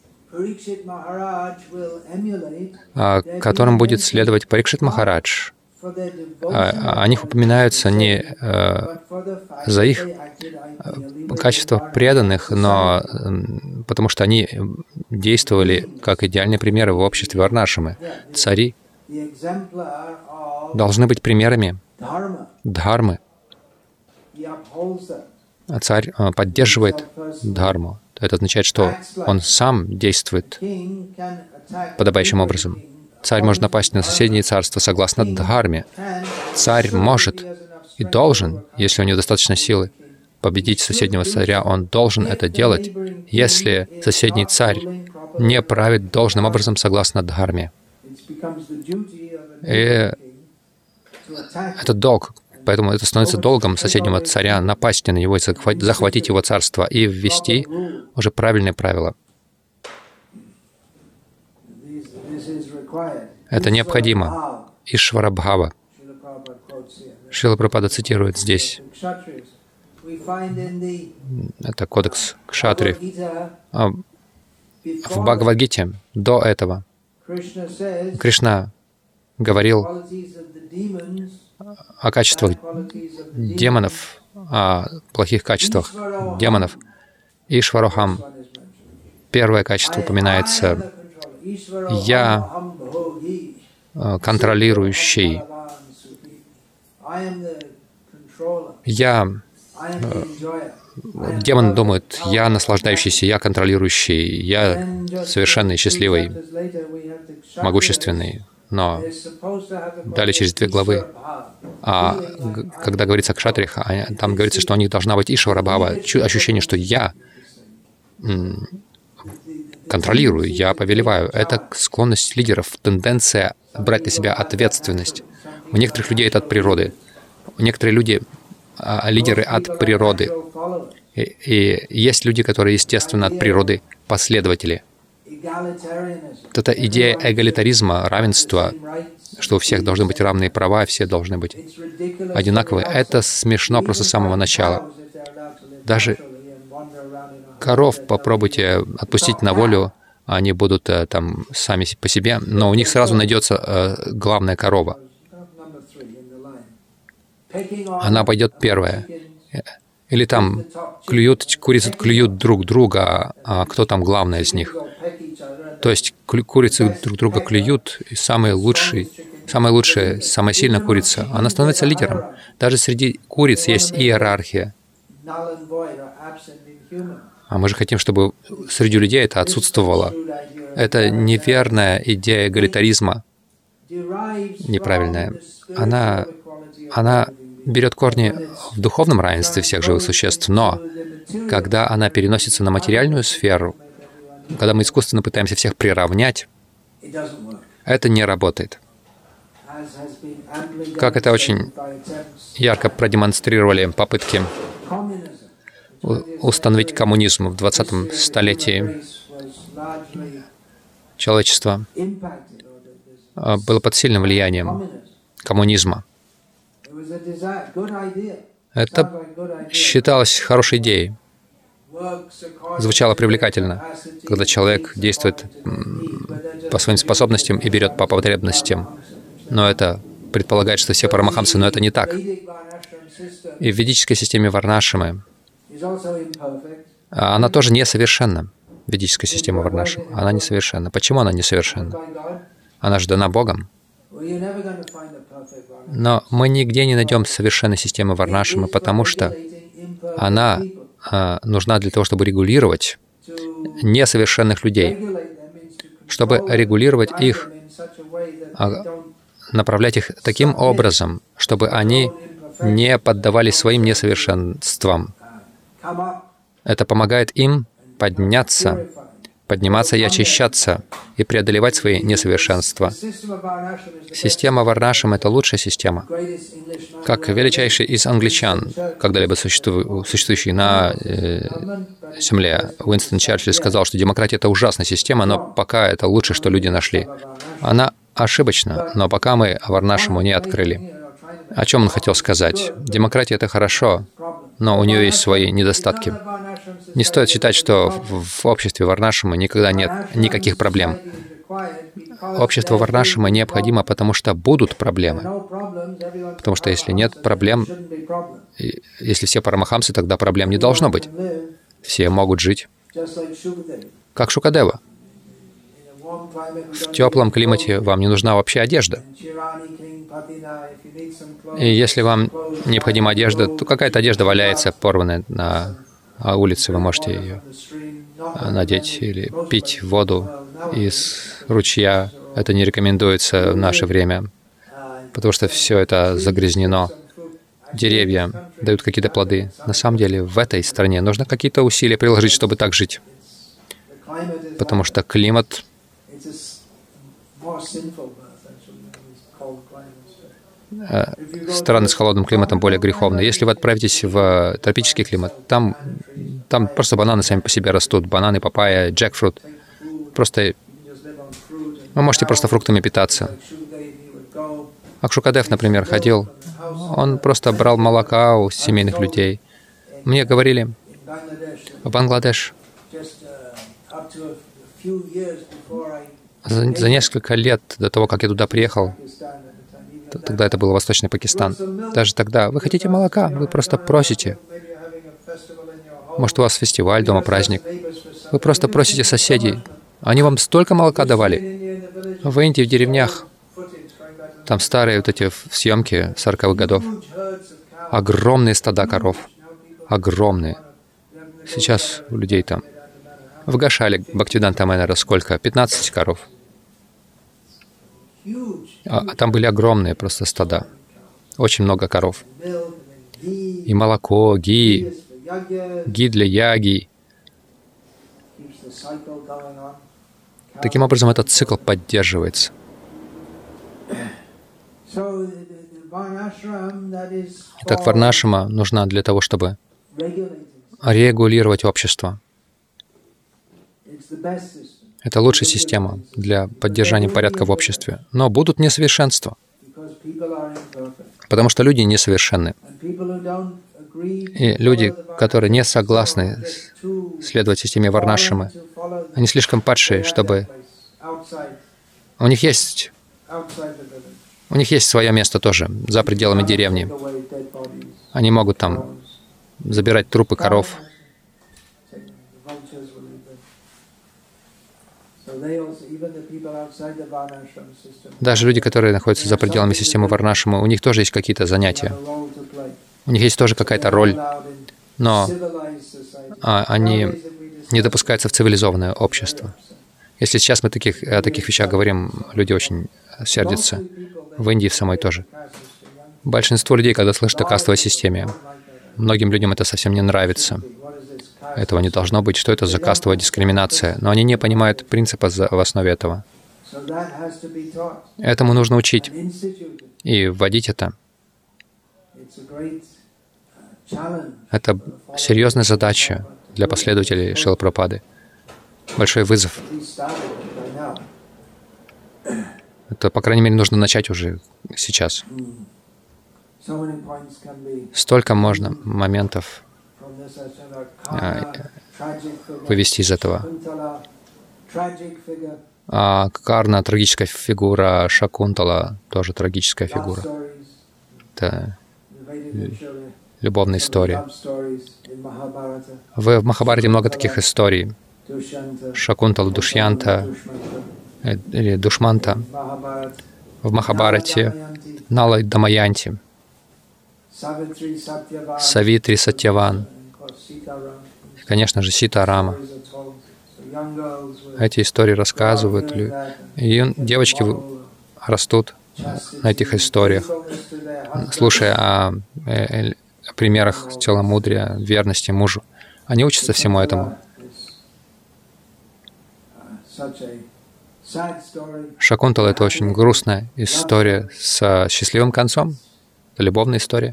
[SPEAKER 3] которым будет следовать Парикшит Махарадж. о них упоминаются не за их качество преданных, но потому что они действовали как идеальные примеры в обществе Варнашрамы. Цари должны быть примерами дхармы. А царь поддерживает дхарму. Это означает, что он сам действует подобающим образом. Царь может напасть на соседнее царство согласно дхарме. Царь может и должен, если у него достаточно силы, победить соседнего царя, он должен это делать, если соседний царь не правит должным образом согласно дхарме. И это долг, поэтому это становится долгом соседнего царя напасть на него и захватить его царство и ввести уже правильные правила. Это необходимо. Ишвара-бхава. Шрила Прабхупада цитирует здесь. Это кодекс кшатриев. А в Бхагавад-гите до этого Кришна говорил о качествах демонов, о плохих качествах демонов. Ишварохам. Первое качество упоминается. Я контролирующий. Я... Демон думает, я наслаждающийся, я контролирующий, я совершенный, счастливый, могущественный. Но далее через две главы, а когда говорится о кшатриях, там говорится, что у них должна быть ишвара-бхава, ощущение, что я контролирую, я повелеваю. Это склонность лидеров, тенденция брать на себя ответственность. У некоторых людей это от природы. Некоторые люди а, лидеры от природы. И, и есть люди, которые, естественно, от природы последователи. Вот эта идея эгалитаризма, равенства, что у всех должны быть равные права, все должны быть одинаковые, это смешно просто с самого начала. Даже коров попробуйте отпустить на волю, они будут э, там сами по себе, но у них сразу найдется э, главная корова. Она пойдет первая. Или там клюют, курицы клюют друг друга, а кто там главная из них? То есть курицы друг друга клюют, и самый лучший, самая лучшая, самая сильная курица, она становится лидером. Даже среди куриц есть иерархия. А мы же хотим, чтобы среди людей это отсутствовало. Это неверная идея эгалитаризма, неправильная. Она, она берет корни в духовном равенстве всех живых существ, но когда она переносится на материальную сферу, когда мы искусственно пытаемся всех приравнять, это не работает. Как это очень ярко продемонстрировали попытки установить коммунизм в двадцатом столетии. Человечество было под сильным влиянием коммунизма. Это считалось хорошей идеей. Звучало привлекательно, когда человек действует по своим способностям и берет по потребностям. Но это предполагает, что все парамахамсы, но это не так. И в ведической системе Варнашрамы она тоже несовершенна. Ведическая система Варнашрамы, она несовершенна. Почему она несовершенна? Она же дана Богом. Но мы нигде не найдем совершенной системы Варнашрамы, потому что она а, нужна для того, чтобы регулировать несовершенных людей, чтобы регулировать их, а, направлять их таким образом, чтобы они не поддавались своим несовершенствам. Это помогает им подняться, подниматься и очищаться, и преодолевать свои несовершенства. Система Варнашрам — это лучшая система. Как величайший из англичан, когда-либо существу, существующий на э, Земле, Уинстон Черчилль сказал, что демократия — это ужасная система, но пока это лучшее, что люди нашли. Она ошибочна, но пока мы Варнашраму не открыли. О чем он хотел сказать? Демократия — это хорошо, но у нее есть свои недостатки. Не стоит считать, что в обществе Варнашрамы никогда нет никаких проблем. Общество Варнашрама необходимо, потому что будут проблемы. Потому что если нет проблем, если все парамахамсы, тогда проблем не должно быть. Все могут жить, как Шукадева. В теплом климате вам не нужна вообще одежда. И если вам необходима одежда, то какая-то одежда валяется, порванная на улице, вы можете ее надеть или пить воду из ручья. Это не рекомендуется в наше время, потому что все это загрязнено. Деревья дают какие-то плоды. На самом деле в этой стране нужно какие-то усилия приложить, чтобы так жить, потому что климат страны с холодным климатом более греховны. Если вы отправитесь в тропический климат, там, там просто бананы сами по себе растут. Бананы, папайя, джекфрут. Просто вы можете просто фруктами питаться. Акшукадев, например, ходил, он просто брал молока у семейных людей. Мне говорили, в Бангладеш за, за несколько лет до того, как я туда приехал, тогда это был Восточный Пакистан, даже тогда, вы хотите молока, вы просто просите. Может, у вас фестиваль, дома праздник. Вы просто просите соседей. Они вам столько молока давали. В Индии, в деревнях, там старые вот эти съемки сороковых годов. Огромные стада коров. Огромные. Сейчас у людей там. В Гошале, Бхактивиданта Майнера, сколько? пятнадцать коров. А, а там были огромные просто стада. Очень много коров. И молоко, ги, ги для яги. Таким образом, этот цикл поддерживается. Итак, варнашрама нужна для того, чтобы регулировать общество. Это лучшая система для поддержания порядка в обществе. Но будут несовершенства, потому что люди несовершенны. И люди, которые не согласны следовать системе варнашрамы, они слишком падшие, чтобы... У них есть... У них есть свое место тоже, за пределами деревни. Они могут там забирать трупы коров. Даже люди, которые находятся за пределами системы варнашрамы, у них тоже есть какие-то занятия. У них есть тоже какая-то роль, но а, они не допускаются в цивилизованное общество. Если сейчас мы таких, о таких вещах говорим, люди очень сердятся. В Индии в самой тоже. Большинство людей, когда слышат о кастовой системе, многим людям это совсем не нравится. Этого не должно быть. Что это за кастовая дискриминация? Но они не понимают принципа в основе этого. Этому нужно учить и вводить это. Это серьезная задача для последователей Шрилы Прабхупады. Большой вызов. Это, по крайней мере, нужно начать уже сейчас. Столько можно моментов вывести из этого. А Карна — трагическая фигура, Шакунтала — тоже трагическая фигура. Это любовная история. В Махабхарате много таких историй. Шакунтала, Душьянта или Душманта. В Махабхарате Нала и Дамаянти. Савитри, Сатьяван. Конечно же, Сита, Рама. Эти истории рассказывают. И девочки растут на этих историях, слушая о, о примерах целомудрия, верности мужу. Они учатся всему этому. Шакунтала — это очень грустная история с счастливым концом. Это любовная история.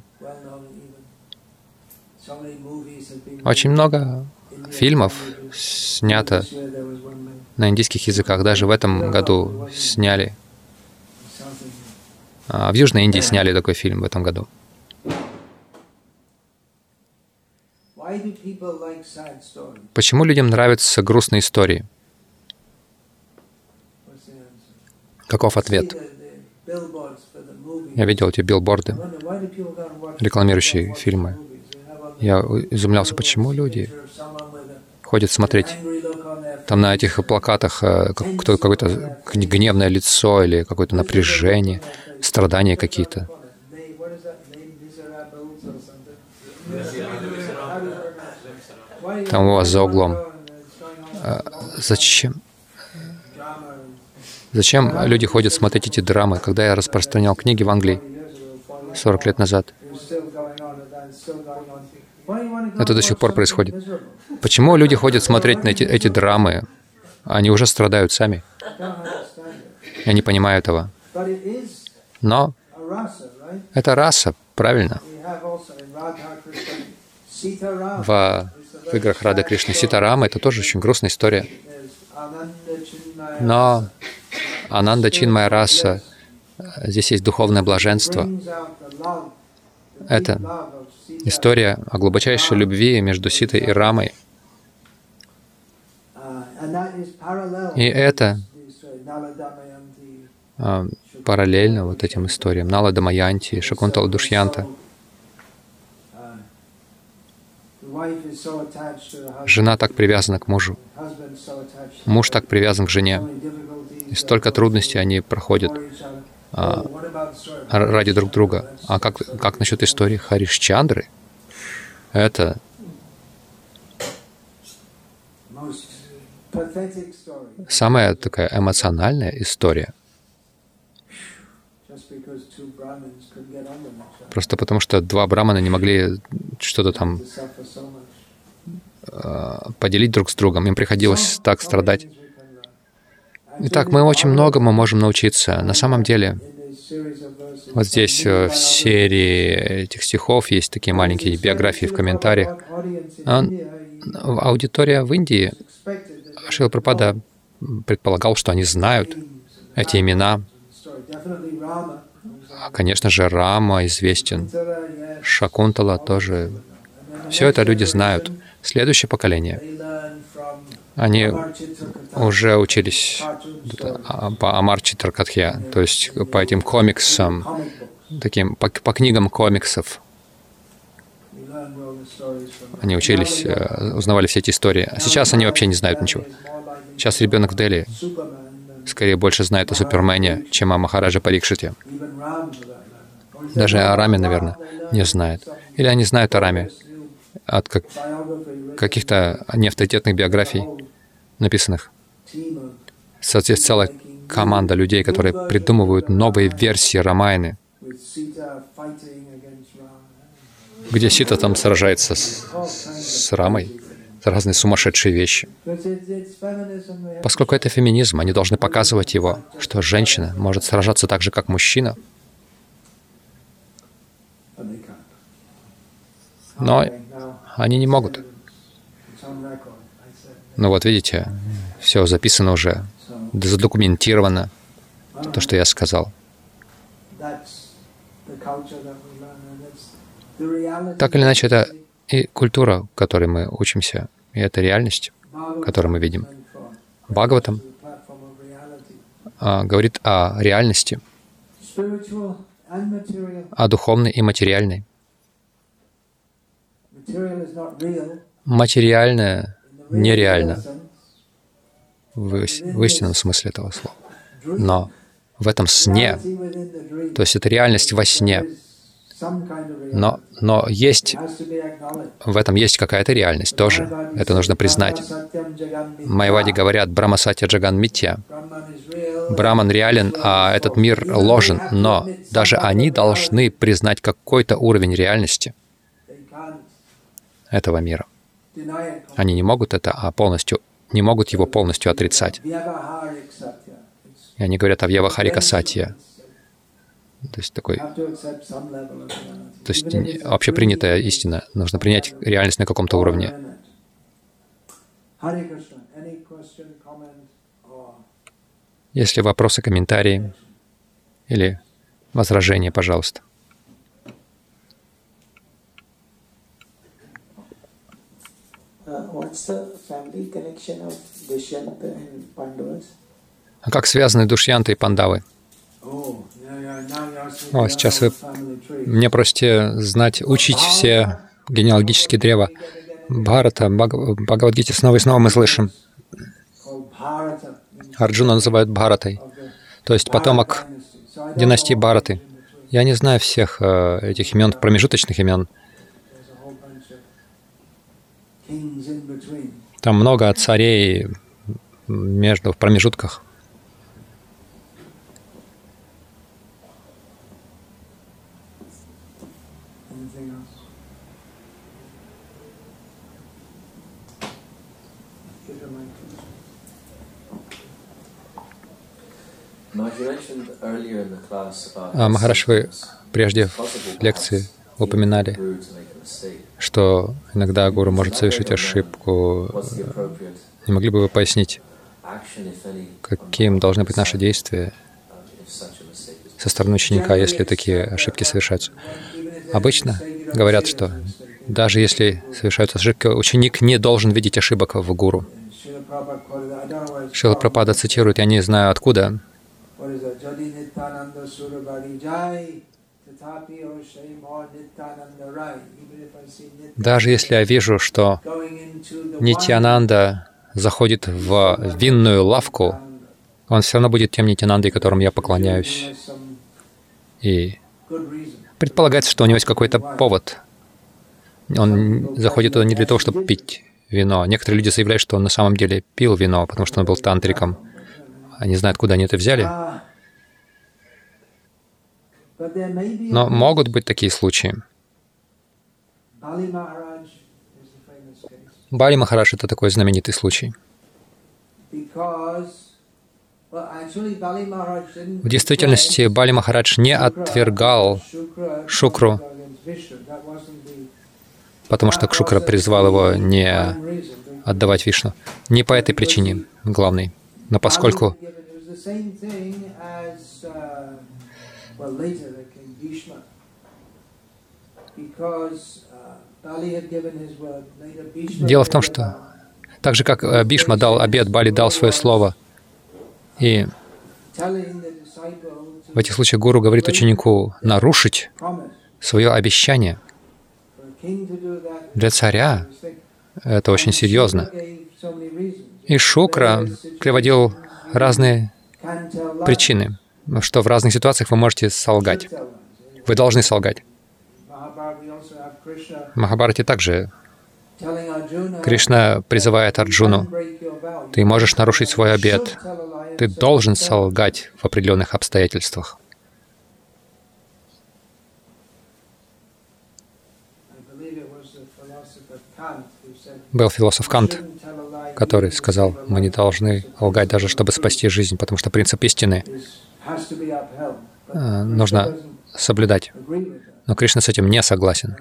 [SPEAKER 3] Очень много фильмов снято на индийских языках. Даже в этом году сняли. В Южной Индии сняли такой фильм в этом году. Почему людям нравятся грустные истории? Каков ответ? Я видел эти билборды, рекламирующие фильмы. Я изумлялся, почему люди ходят смотреть. Там на этих плакатах какое-то гневное лицо или какое-то напряжение, страдания какие-то. Там у вас за углом. Зачем? Зачем люди ходят смотреть эти драмы? Когда я распространял книги в Англии сорок лет назад, это до сих пор происходит. Почему люди ходят смотреть на эти, эти драмы? Они уже страдают сами. Я не понимаю этого. Но это раса, правильно? В играх Рады Кришны Ситарама это тоже очень грустная история. Но Ананда Чинмая раса, здесь есть духовное блаженство. Это история о глубочайшей любви между Ситой и Рамой. И это а, параллельно вот этим историям Нала Дамаянти, Шакунтала Душьянта. Жена так привязана к мужу. Муж так привязан к жене. И столько трудностей они проходят а, ради друг друга. А как, как насчет истории Харишчандры? Это самая такая эмоциональная история. Просто потому, что два брамана не могли что-то там э, поделить друг с другом. Им приходилось так страдать. Итак, мы очень многому можем научиться. На самом деле, вот здесь в серии этих стихов есть такие маленькие биографии в комментариях. Аудитория в Индии, Шрила Прабхупада предполагал, что они знают эти имена. Конечно же, Рама известен, Шакунтала тоже. Все это люди знают. Следующее поколение, они уже учились по Амар-Читракатхе, то есть по этим комиксам, таким, по, по книгам комиксов. Они учились, узнавали все эти истории. А сейчас они вообще не знают ничего. Сейчас ребенок в Дели скорее больше знает о Супермене, чем о Махараджа Парикшите. Даже о Раме, наверное, не знает. Или они знают о Раме от как, каких-то неавторитетных биографий, написанных. Есть целая команда людей, которые придумывают новые версии Рамаяны, где Сита там сражается с, с Рамой. Разные сумасшедшие вещи. Поскольку это феминизм, они должны показывать его, что женщина может сражаться так же, как мужчина. Но они не могут. Ну вот видите, все записано уже, задокументировано, то, что я сказал. Так или иначе, это и культура, которой мы учимся, и это реальность, которую мы видим. Бхагаватам а, говорит о реальности, о духовной и материальной. Материальное нереально в, в истинном смысле этого слова. Но в этом сне, то есть это реальность во сне, но, но есть, в этом есть какая-то реальность тоже. Это нужно признать. Майявади говорят, Брахма Сатья Джаган Митья. Браман реален, а этот мир ложен. Но даже они должны признать какой-то уровень реальности этого мира. Они не могут это, а полностью, не могут его полностью отрицать. И они говорят о Вьявахарика Сатья. То есть такой, то есть общепринятая истина. Нужно принять реальность на каком-то уровне. Если вопросы, комментарии или возражения, пожалуйста. А как связаны Душьянты и Пандавы? О, сейчас вы мне просите знать, учить все генеалогические древа. Бхарата, Бхагавад-гите снова и снова мы слышим. Арджуна называют Бхаратой, то есть потомок династии Бхараты. Я не знаю всех э, этих имен, промежуточных имен. Там много царей между в промежутках. А, Махараш, вы прежде в лекции упоминали, что иногда гуру может совершить ошибку. Не могли бы вы пояснить, каким должны быть наши действия со стороны ученика, если такие ошибки совершаются? Обычно говорят, что даже если совершаются ошибки, ученик не должен видеть ошибок в гуру. Шрила Прабхупада цитирует, я не знаю откуда, даже если я вижу, что Нитьянанда заходит в винную лавку, он все равно будет тем Нитьянандой, которому я поклоняюсь. И предполагается, что у него есть какой-то повод. Он заходит туда не для того, чтобы пить вино. Некоторые люди заявляют, что он на самом деле пил вино, потому что он был тантриком. Они знают, откуда они это взяли. Но могут быть такие случаи. Бали Махарадж — это такой знаменитый случай. В действительности Бали Махарадж не отвергал Шукру, потому что Шукра призвал его не отдавать Вишну. Не по этой причине главной, но поскольку дело в том, что так же, как Бишма дал обет, Бали дал свое слово. И в этих случаях гуру говорит ученику нарушить свое обещание. Для царя это очень серьезно. И Шукра приводил разные причины, что в разных ситуациях вы можете солгать. Вы должны солгать. В Махабхарате также Кришна призывает Арджуну: ты можешь нарушить свой обет, ты должен солгать в определенных обстоятельствах. Был философ Кант, который сказал, мы не должны лгать даже, чтобы спасти жизнь, потому что принцип истины нужно соблюдать. Но Кришна с этим не согласен.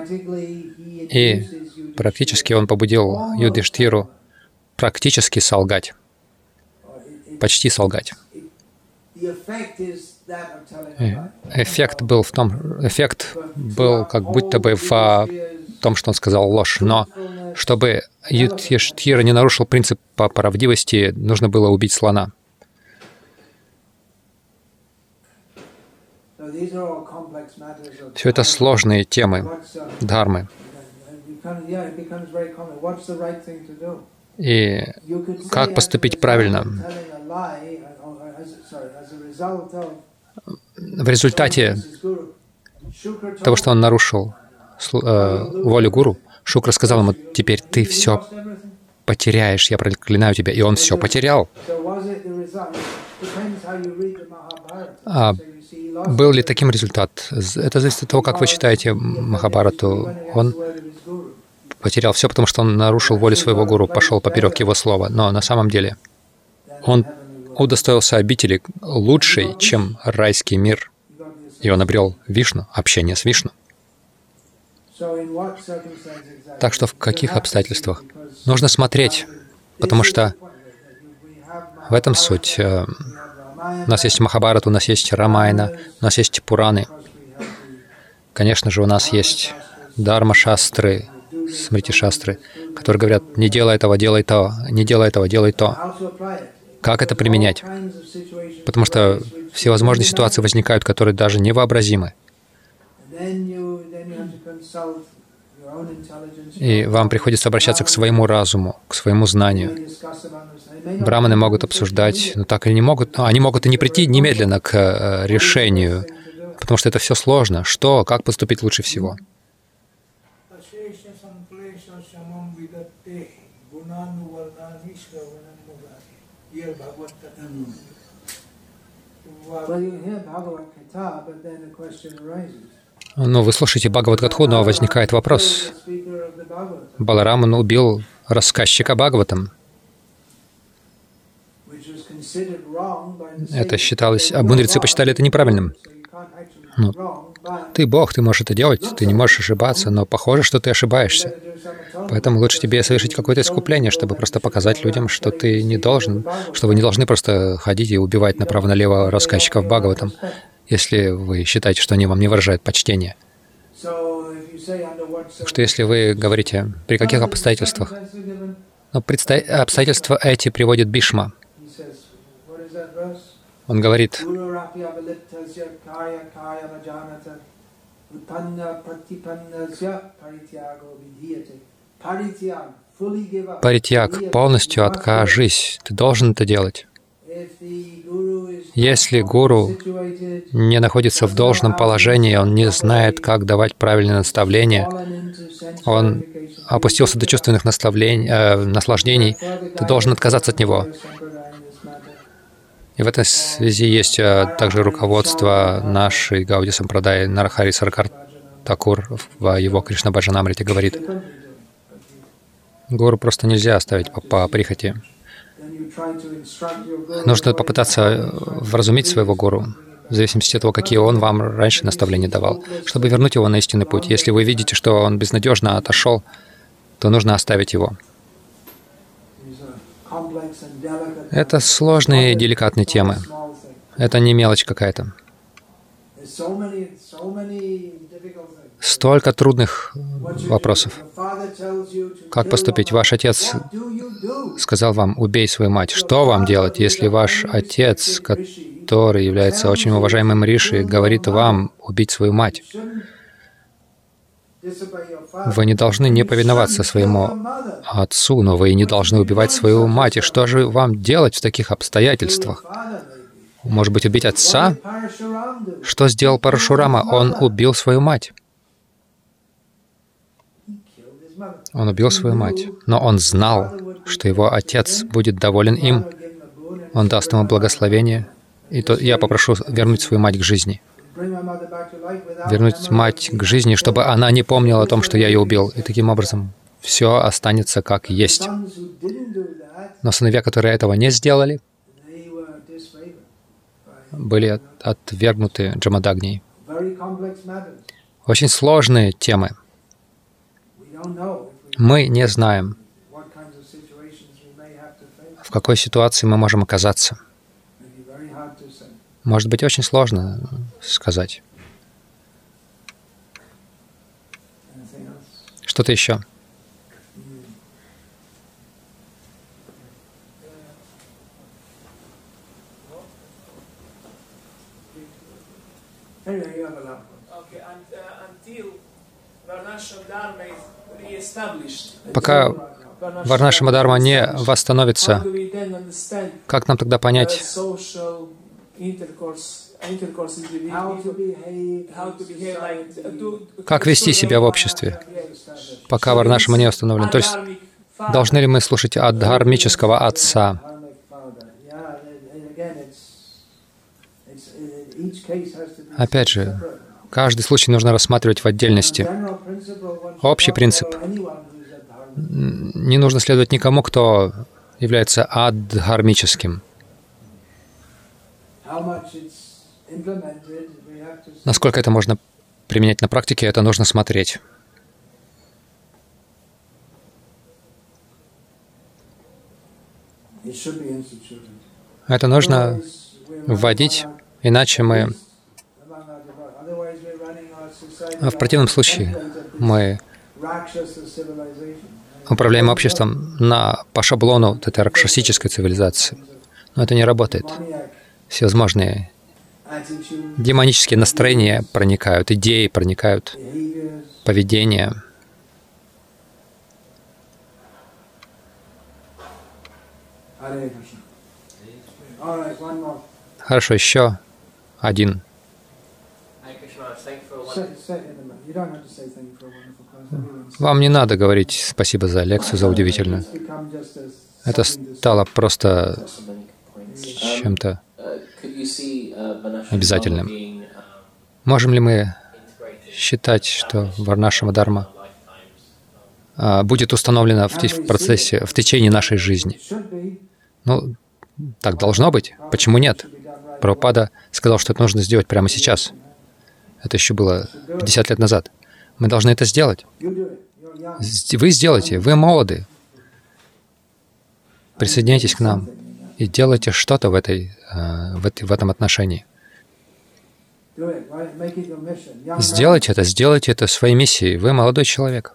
[SPEAKER 3] И практически он побудил Юдхиштхиру практически солгать, почти солгать. И эффект был в том, эффект был как будто бы в том, что он сказал ложь. Но чтобы Юдхиштхира не нарушил принцип по правдивости, нужно было убить слона. Все это сложные темы дхармы. И как поступить правильно? В результате того, что он нарушил волю гуру, Шукра сказал ему: теперь ты все потеряешь, я проклинаю тебя. И он все потерял. А был ли таким результат? Это зависит от того, как вы читаете Махабхарату. Он потерял все, потому что он нарушил волю своего гуру, пошел поперек его слова. Но на самом деле он удостоился обители лучшей, чем райский мир. И он обрел Вишну, общение с Вишну. Так что в каких обстоятельствах? Нужно смотреть, потому что в этом суть. У нас есть Махабхарата, у нас есть Рамаяна, у нас есть Пураны. Конечно же, у нас есть Дharma-шастры, Смрити-шастры, которые говорят: не делай этого, делай то, не делай этого, делай то. как это применять. Потому что всевозможные ситуации возникают, которые даже невообразимы. И вам приходится обращаться к своему разуму, к своему знанию. Браманы могут обсуждать, но так и не могут, они могут и не прийти немедленно к решению, потому что это все сложно. Что, как поступить лучше всего? Ну, вы слушаете Бхагават-катху, но возникает вопрос. Балараман убил рассказчика Бхагаватам. Это считалось, а мудрецы посчитали это неправильным. Ну, ты Бог, ты можешь это делать, ты не можешь ошибаться, но похоже, что ты ошибаешься. Поэтому лучше тебе совершить какое-то искупление, чтобы просто показать людям, что ты не должен, что вы не должны просто ходить и убивать направо-налево рассказчиков Бхагаватам, если вы считаете, что они вам не выражают почтения. Так что если вы говорите, при каких обстоятельствах? Ну, предста... обстоятельства эти приводит Бишма. Он говорит, паритьяг, полностью откажись, ты должен это делать. Если гуру не находится в должном положении, он не знает, как давать правильные наставления, он опустился до чувственных наслаждений, э, наслаждений, ты должен отказаться от него. И в этой связи есть э, также руководство нашей Гауди Сампрадай. Нарахари Саркар Такур в его Кришна Баджанамрите говорит, гуру просто нельзя оставить по, по прихоти. Нужно попытаться вразумить своего гуру, в зависимости от того, какие он вам раньше наставления давал, чтобы вернуть его на истинный путь. Если вы видите, что он безнадежно отошел, то нужно оставить его. Это сложные и деликатные темы. Это не мелочь какая-то. Столько трудных вопросов. Как поступить? Ваш отец сказал вам, убей свою мать. Что вам делать, если ваш отец, который является очень уважаемым риши, говорит вам убить свою мать? Вы не должны не повиноваться своему отцу, но вы и не должны убивать свою мать. И что же вам делать в таких обстоятельствах? Может быть, убить отца? Что сделал Парашурама? Он убил свою мать. Он убил свою мать, но он знал, что его отец будет доволен им, он даст ему благословение, и то я попрошу вернуть свою мать к жизни. Вернуть мать к жизни, чтобы она не помнила о том, что я ее убил. И таким образом все останется как есть. Но сыновья, которые этого не сделали, были отвергнуты Джамадагнией. Очень сложные темы. Мы не знаем, в какой ситуации мы можем оказаться. Может быть, очень сложно сказать. Что-то еще? Пока Варнашрама Дharma не восстановится, как нам тогда понять, как вести себя в обществе, пока Варнашрама не восстановлен? То есть, должны ли мы слушать от дхармического отца? Опять же, каждый случай нужно рассматривать в отдельности. Общий принцип. Не нужно следовать никому, кто является аддхармическим. Насколько это можно применять на практике, это нужно смотреть. Это нужно вводить, иначе мы... В противном случае мы управляем обществом на, по шаблону этой ракшасической цивилизации. Но это не работает. Всевозможные демонические настроения проникают, идеи проникают, поведение. Хорошо, еще один. Вам не надо говорить спасибо за лекцию, за удивительную. Это стало просто чем-то обязательным. Можем ли мы считать, что Варнашрама Дхарма будет установлена в, в процессе, в течение нашей жизни? Ну, так должно быть. Почему нет? Прабхупада сказал, что это нужно сделать прямо сейчас. Это еще было пятьдесят лет назад. Мы должны это сделать. Вы сделайте, вы молоды. Присоединяйтесь к нам и делайте что-то в, этой, в, этой, в этом отношении. Сделайте это, сделайте это своей миссией. Вы молодой человек.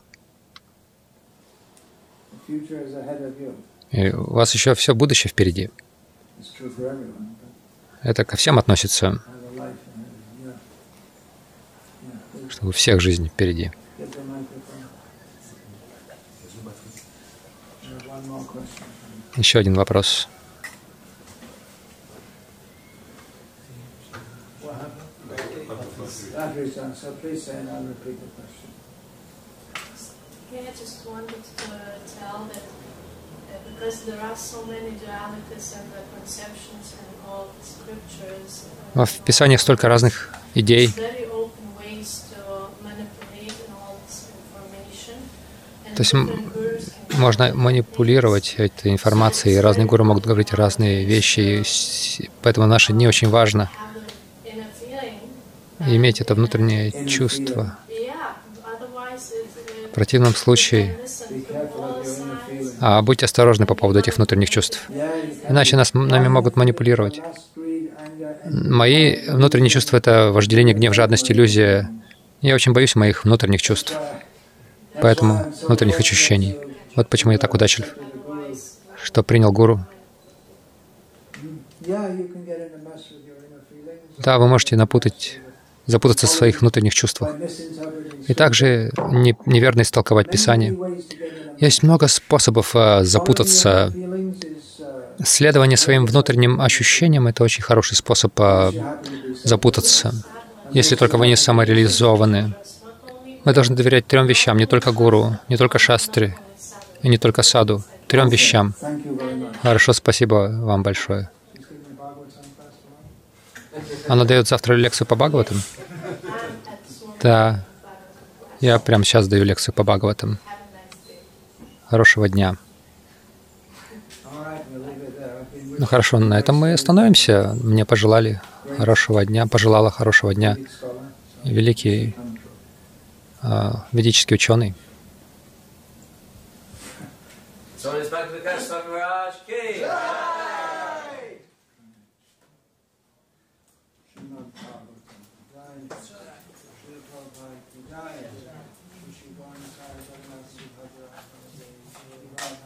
[SPEAKER 3] И у вас еще все будущее впереди. Это ко всем относится, что у всех жизнь впереди. Еще один вопрос. В Писаниях столько разных идей. То есть можно манипулировать этой информацией, разные гуру могут говорить разные вещи, поэтому в наши дни очень важно иметь это внутреннее чувство. В противном случае, а, будьте осторожны по поводу этих внутренних чувств, иначе нас, нами могут манипулировать. Мои внутренние чувства — это вожделение, гнев, жадность, иллюзия. Я очень боюсь моих внутренних чувств, поэтому внутренних ощущений. Вот почему я так удачлив, что принял гуру. Да, вы можете напутать, запутаться в своих внутренних чувствах. И также не, неверно истолковать Писание. Есть много способов uh, запутаться. Следование своим внутренним ощущениям — это очень хороший способ uh, запутаться, если только вы не самореализованы. Мы должны доверять трем вещам, не только гуру, не только шастре, и не только саду, трем вещам. Хорошо, спасибо вам большое. Она дает завтра лекцию по Бхагаватам? Да, я прямо сейчас даю лекцию по Бхагаватам. Хорошего дня. Ну хорошо, на этом мы остановимся. Мне пожелали хорошего дня, пожелала хорошего дня великий э, ведический ученый.
[SPEAKER 1] Jai